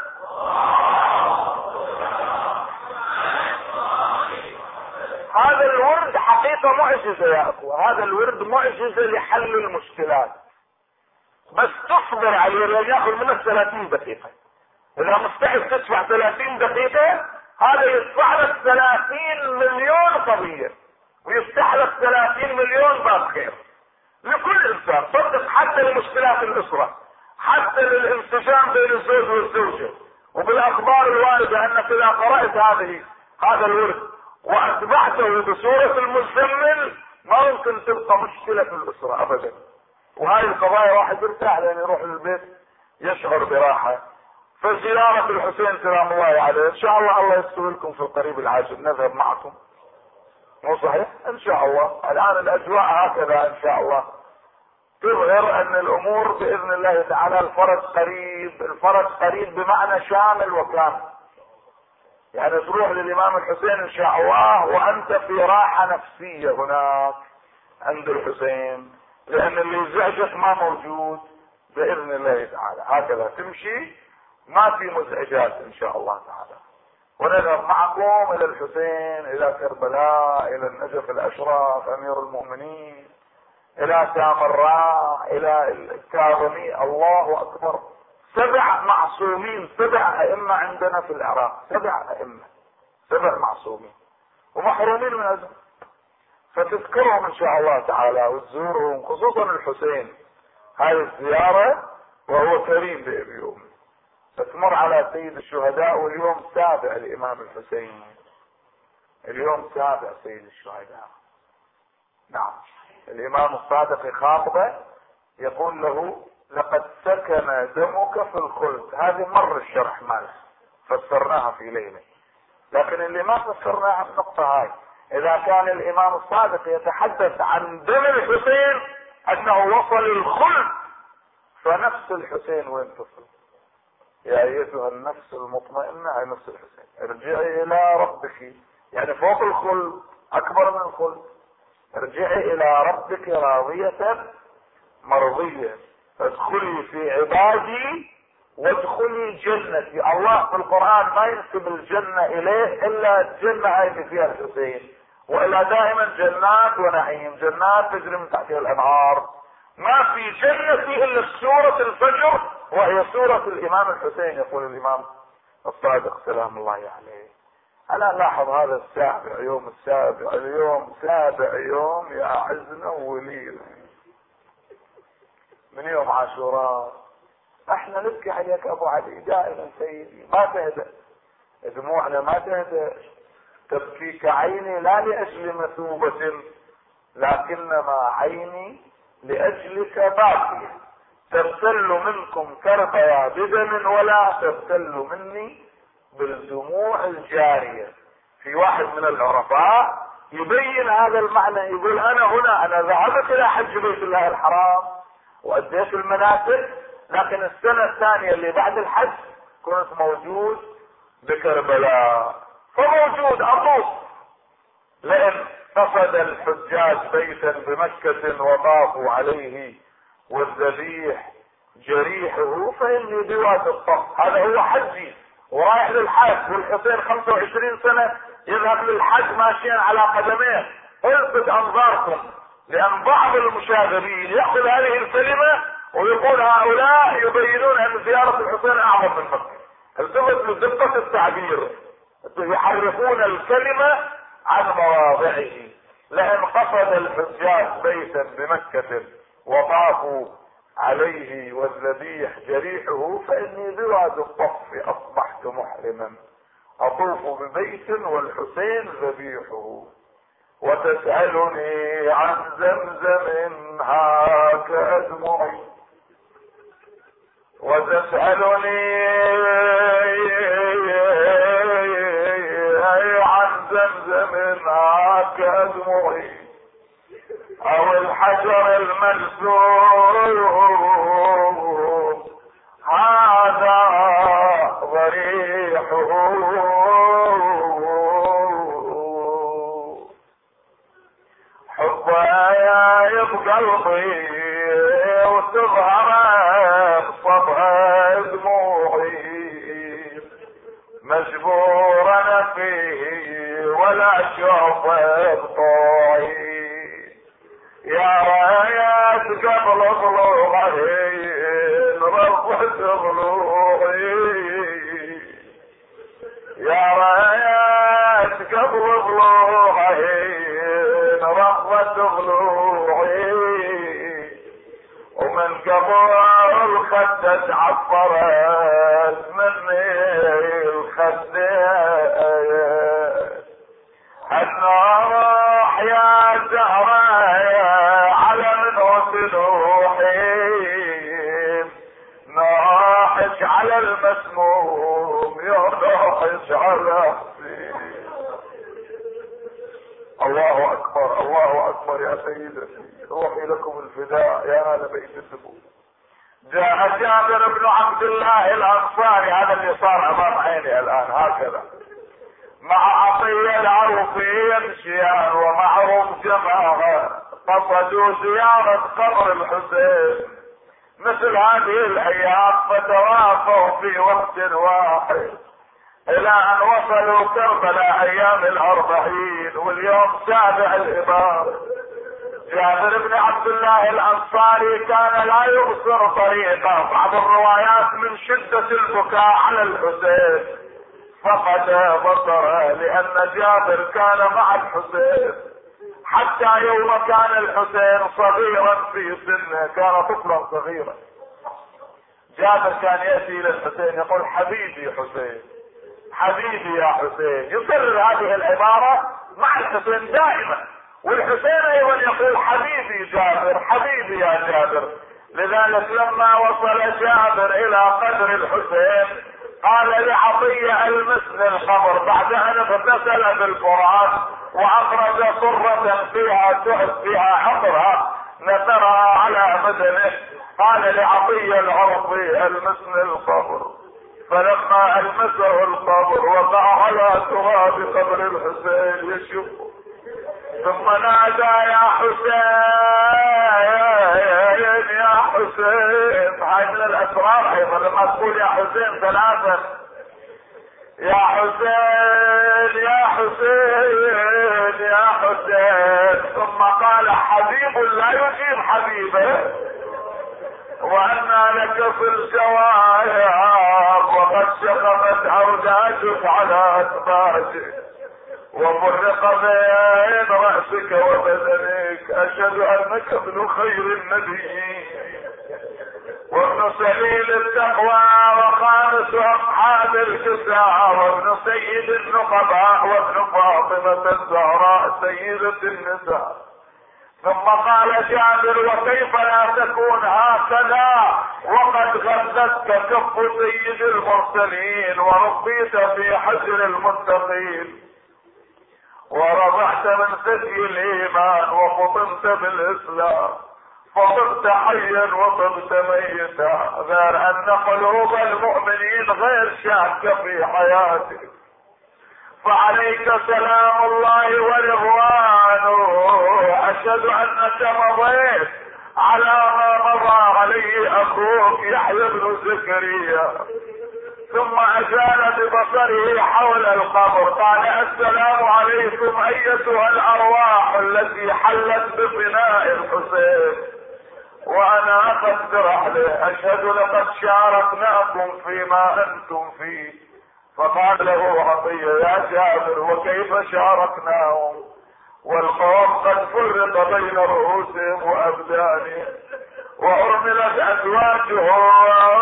هذا الورد حقيقة معجزة يا اخوة، هذا الورد معجزة لحل المشكلات، بس تصبر عليه لان ياخذ منك 30 دقيقة. اذا مستحيل تدفع 30 دقيقة هذا يدفع لك 30 مليون قضية، ويفتح لك 30 مليون باب خير لكل انسان. صدق حتى لمشكلات الاسرة، حتى للانسجام بين الزوج والزوجة، وبالاخبار الواردة انك اذا قرأت هذا الورد واتبعته بصورة المزمل ما ممكن تبقى مشكلة في الاسرة ابدا. وهاي القضايا واحد يرتاح لان يروح للبيت يشعر براحة. فزيارة الحسين سلام الله عليه ان شاء الله يستوي لكم في القريب العاجل، نذهب معكم. مو صحيح؟ ان شاء الله الان الاجواء هكذا ان شاء الله تظهر ان الامور باذن الله تعالى الفرج قريب. الفرج قريب بمعنى شامل وكامل، يعني تروح للامام الحسين ان شاء الله وانت في راحة نفسية هناك عند الحسين، لان اللي يزعجك ما موجود باذن الله تعالى. هكذا تمشي ما في مزعجات ان شاء الله تعالى. ونذهب معكم الى الحسين، الى كربلاء، الى النجف الاشرف امير المؤمنين، الى سامراء، الى الكاظمي. الله اكبر، 7 معصومين، 7 ائمة عندنا في العراق، 7 ائمة، 7 معصومين ومحرومين من اجل. فتذكرهم ان شاء الله تعالى وتزورهم، خصوصا الحسين. هذه الزيارة وهو كريم بأبيهم. تمر على سيد الشهداء، واليوم 7 الامام الحسين، اليوم 7 سيد الشهداء. نعم، الامام الصادق يخاطبه يقول له لقد سكن دمك في الخلد. هذه مر الشرح ماله فسرناها في ليلة، لكن اللي ما فسرناها النقطة هاي، اذا كان الامام الصادق يتحدث عن دم الحسين انه وصل الخلد، فنفس الحسين وين تصل؟ يا ايتها النفس المطمئنة، هي نفس الحسين، ارجعي الى ربك، يعني فوق الخلد، اكبر من الخلد. ارجعي الى ربك راضية مرضية، ادخلي في عبادي وادخلي جنتي. الله في القرآن ما ينسب الجنة اليه الا الجنة هاي فيها الحسين، والا دائما جنات ونعيم، جنات تجري من تحتها الانهار. ما في جنتي الا سورة الفجر وهي سورة الامام الحسين. يقول الامام الصادق سلام الله عليه. انا لاحظ هذا 7 يوم، 7 اليوم، 7 يوم يا عزنا وليل من يوم عاشوراء. احنا نبكي عليك ابو علي دائما سيدي، ما تهدأ دموعنا، ما تهدأ. تبكيك عيني لا لاجل مثوبة، لكنما عيني لاجلك باكية. تبتل منكم كربيا بدم ولا تبتل مني بالدموع الجارية. في واحد من العرفاء يبين هذا المعنى، يقول انا ذهبت الى حج بيت الله الحرام واديت المناسك، لكن السنة الثانية اللي بعد الحج كنت موجود بكربلاء، فموجود اطوف. لان قصد الحجاج بيتا بمكة وطافوا عليه والذبيح جريحه فاني بواد الطف. هذا هو حجي ورايح للحج، والحسين 25 سنة يذهب للحج ماشيا على قدميه. الفت انظاركم، لان بعض المشاغبين ياخذ هذه الكلمة ويقول هؤلاء يبينون ان زيارة الحسين اعظم من مكة. التفت لدقة التعبير، يحرفون الكلمة عن مواضعه. لان قصد الحجاج بيتا بمكة وطافوا عليه والذبيح جريحه فاني بواد الطف اصبحت محرما اطوف ببيت والحسين ذبيحه. وتسألني عن زمزم هاك أدمعي، وتسألني عن زمزم هاك أدمعي، او الحجر الملسوم هذا ضريحه. حبها يبقى قلبي وتظهر بصبها دموعي، مجبور انا فيه ولا اشوف بطوعي. يا رايات قبل طلوعي رفعت ضلوعي، الخدة تعفرت مني الخدة، النار يا زهرة على منه تلوحين، ناحش على المسموم يناحش على حسين. الله اكبر الله اكبر يا سيدتي، روحي لكم الفداء يا آل بيت النبوة. جاء جابر بن عبد الله الانصاري، هذا اللي صار امام عيني الان هكذا، مع عطية العوفي يمشيان ومعهم جماعة قصدوا زيارة قبر الحسين مثل هذه الايام، فتوافوا في وقت واحد الى ان وصلوا كربلاء ايام الاربعين، واليوم سابع الامام. جابر بن عبد الله الانصاري كان لا يبصر طريقه، بعض الروايات من شدة البكاء على الحسين فقد بصره، لان جابر كان مع الحسين حتى يوم كان الحسين صغيرا في سنه، كان طفلا صغيرا. جابر كان يأتي الى الحسين يقول حبيبي حسين، حبيبي يا حسين، يكرر هذه العبارة مع الحسين دائما، والحسين ايضا يقول حبيبي جابر، حبيبي يا جابر. لذلك لما وصل جابر الى قدر الحسين قال لعطية المسن القبر بعد ان اغتسل بالفرات واخرج صرة فيها حقرها نثرها على بدنه، قال لعطية العرفي المسن القبر، فلما المسه القبر وقع على تراب قبر الحسين يشوف، ثم نادى يا حسين يا حسين. هاي من الاسرار ايضا لما تقول يا حسين ثلاثا، يا حسين يا حسين يا حسين، ثم قال حبيب لا يجيب حبيبه، وأنا لك في الجواب وقد شققت عوداتك على أسباجك وفرق بين رأسك وبدنك، أشهد أنك ابن خير النبيين وابن سبيل التقوى وخامس أصحاب الكساء وابن سيد النقباء وابن فاطمة الزهراء سيدة النساء. ثم قال جابر وكيف لا تكون هكذا وقد غذتك كف سيد المرسلين وربيت في حجر المتقين ورضعت من ثدي الايمان وفطمت بالاسلام، فطمت حيا وطمت ميتا، غير ان قلوب المؤمنين غير شاكة في حياتك، فعليك سلام الله ورضوانه. اشهد انك مضيت على ما مضى عليه اخوك يحيى بن زكريا. ثم اشار ببصره حول القبر قال السلام عليكم ايتها الارواح التي حلت بفناء الحسين وانا اخذت رحله، اشهد لقد شاركناكم فيما انتم فيه. فقال له عطية يا جابر وكيف شاركناهم والقوم قد فرق بين رؤوسهم وابدانهم وارملت ازواجهم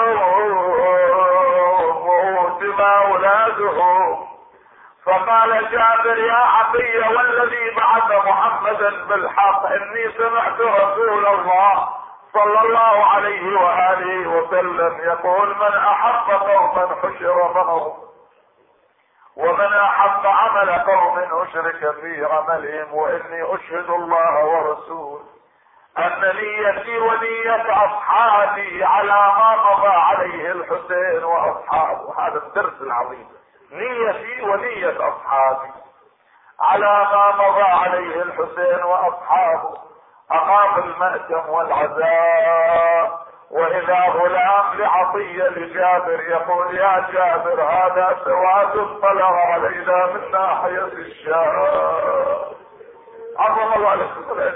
ووتم اولادهم. فقال جابر يا عطية والذي بعث محمدا بالحق اني سمعت رسول الله صلى الله عليه واله وسلم يقول من احب قوما حشر معهم ومن احب عمل قوم اشرك في عملهم، واني اشهد الله ورسوله ان نيتي ونية اصحابي على ما مضى عليه الحسين واصحابه. هذا الدرس العظيم، نيتي ونية اصحابي على ما مضى عليه الحسين واصحابه. اقام المأتم والعزاء واذا غلام لعطية لجابر يقول يا جابر هذا سواد طلع علينا من ناحية الشام. عظم الله عليكم.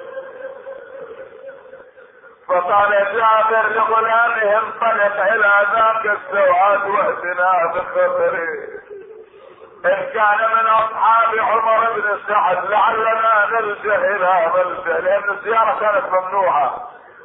فقال جابر لغلامه انطلق الى ذاك السواد واتنا بخبره ان كان من اصحاب عمر بن سعد لعلنا نلجأ الى ملجأ، لان الزيارة كانت ممنوعة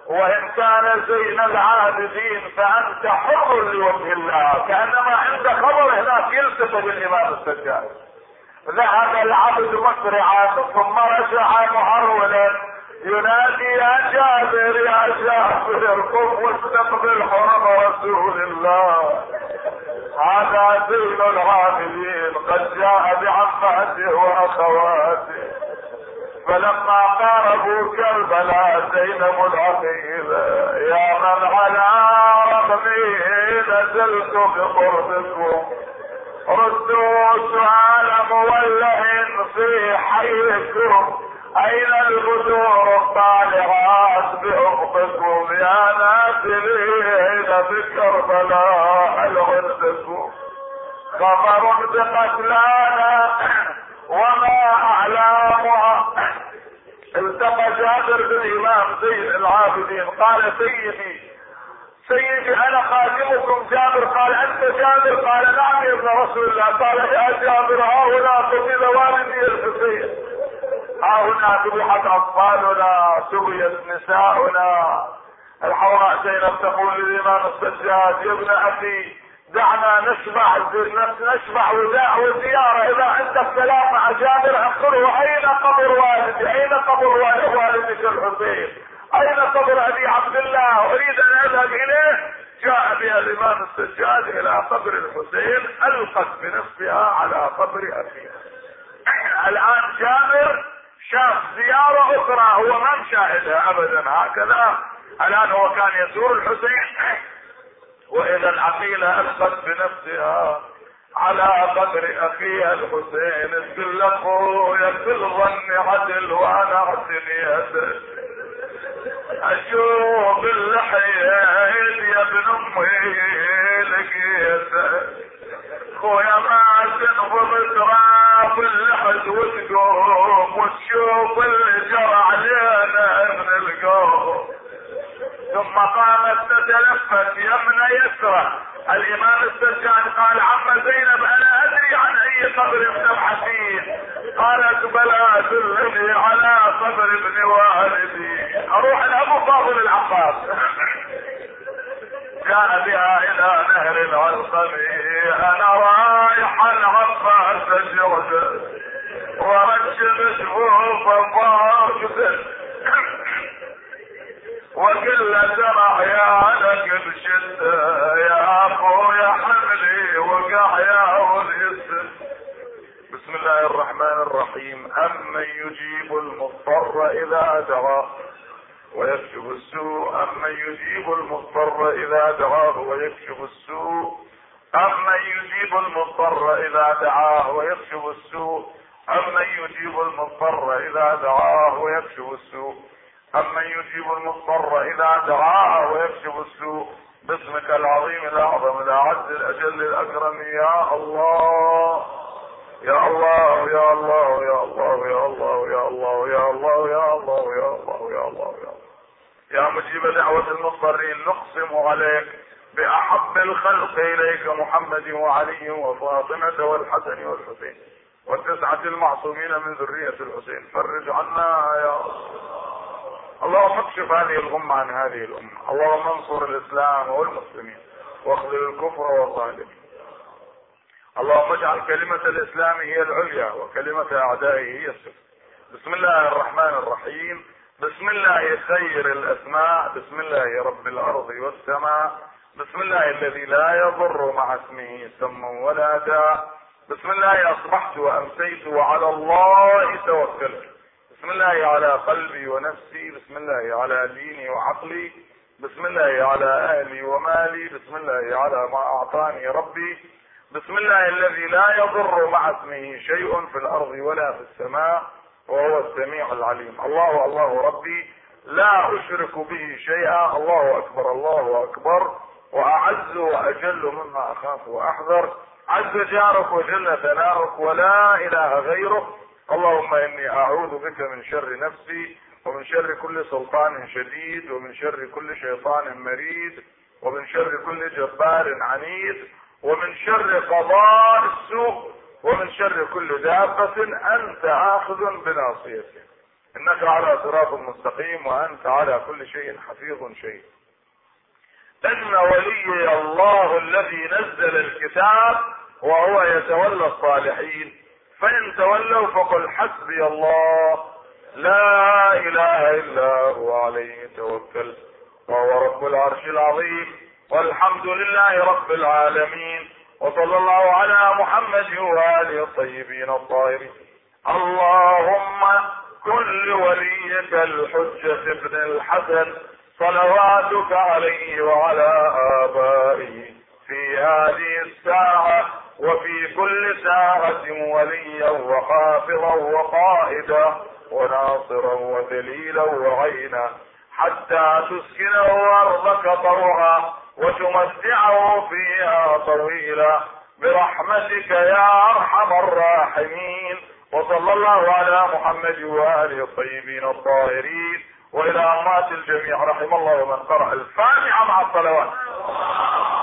وان كان زين العابدين فانت حر لوجه الله. كانما عند خبر هناك يلتفت الامام السجاد. ذهب العبد مسرعا ثم رجع مهرولا ينادي يا جابر يا جابر قم واستقبل حرم رسول الله. هذا زين العابدين قد جاء بعماته واخواته. فلما قاربوا كربلاء زينب العقيل يا من على رغمي نزلت بقربكم ردوا سؤال مولع في حيكم اين البدور الطالعات بأفقكم يا نازلين بكربلاء هل عندكم خبر بقتلانا وما اعلامها. التقى جابر بالامام زين العابدين قال سيدي انا خادمكم. جابر قال انت جابر؟ قال نعم يا ابن رسول الله. قال يا جابر ها هنا قتل والدي الحسين، ها هنا ذبحت اطفالنا سويت نساؤنا. الحوراء زينب تقول للامام السجاد يا ابن اخي دعنا نشبع وداع وزيارة. اذا عندك كلام مع جابر اخبره اين قبر والدي، اين قبر والدك الحسين، اين قبر ابي عبد الله، اريد ان اذهب اليه. جاء بها الامام السجاد الى قبر الحسين القت بنفسها على قبر ابيها. الان جابر شاف زيارة اخرى هو ما مشاهدها ابدا هكذا. الان هو كان يزور الحسين واذا العقيلة القت بنفسها على قبر اخيها الحسين. تقول له يا كل ظن عدل وانا عدل اشوف اللحيين يا ابن امي لقيته خويا ما تنفض تراب اللحد وتقوم وتشوف اللي جرى علينا من القوم. ثم قامت تتلفت يمنى يسرى. الامام السجاد قال عم زينب انا ادري عن اي قبر تبحثين. قالت بلى دلني على قبر ابن والدي. اروح لابو فاضل العباس. جاء بها الى نهر العلقمي. انا رايح العباس جرده ورجل شفوف فاقد وكل زرع يا لك بشده يا اخويا حملي وقع يا وليس. بسم الله الرحمن الرحيم. امن يجيب المضطر اذا دعاه ويكشف السوء. امن يجيب المضطر اذا دعاه ويكشف السوء. امن يجيب المضطر اذا دعاه ويكشف السوء. امن يجيب المضطر اذا دعاه ويكشف السوء. امن يجيب المضطر اذا دعاه ويكشف السوء. باسمك العظيم الاعظم الاعز الاجل الاكرم يا الله يا الله يا الله يا الله يا الله يا الله يا الله يا الله يا الله يا الله يا الله يا مجيب دعوة المضطرين. نقسم عليك باحب الخلق اليك محمد وعلي وفاطمة والحسن والحسين والتسعة المعصومين من ذرية الحسين. فرج عنا يا الله. اللهم اكشف هذه الغمة عن هذه الامة. اللهم انصر الاسلام والمسلمين واخذل الكفر والظالمين. اللهم اجعل كلمة الاسلام هي العليا وكلمة اعدائه هي السفلى. بسم الله الرحمن الرحيم. بسم الله خير الاسماء. بسم الله رب الارض والسماء. بسم الله الذي لا يضر مع اسمه سم ولا داء. بسم الله اصبحت وامسيت وعلى الله توكلت. بسم الله على قلبي ونفسي. بسم الله على ديني وعقلي. بسم الله على اهلي ومالي. بسم الله على ما اعطاني ربي. بسم الله الذي لا يضر مع اسمه شيء في الارض ولا في السماء وهو السميع العليم. الله الله ربي لا اشرك به شيئا. الله اكبر الله اكبر واعز واجل مما اخاف واحذر. عز جارك وجل ثناؤك ولا اله غيرك. اللهم اني اعوذ بك من شر نفسي ومن شر كل سلطان شديد ومن شر كل شيطان مريد ومن شر كل جبار عنيد ومن شر قضاء السوء ومن شر كل دابة انت اخذ بناصيته. انك على صراط مستقيم وانت على كل شيء حفيظ شيء. ان ولي الله الذي نزل الكتاب وهو يتولى الصالحين، فان تولوا فقل حسبي الله لا اله الا هو عليه توكل وهو رب العرش العظيم والحمد لله رب العالمين وصلى الله على محمد وآله الطيبين الطاهرين. اللهم كن لوليك الحجة ابن الحسن صلواتك عليه وعلى آبائه في هذه الساعة وفي كل ساعة وليا وحافظا وقائدا وناصرا ودليلا وعينا، حتى تسكنه أرضك طوعا وتمتعه فيها طويلا برحمتك يا أرحم الراحمين. وصلى الله على محمد وآله الطيبين الطاهرين. وإلى أموات الجميع رحم الله من قرأ الفاتحة مع الصلوات.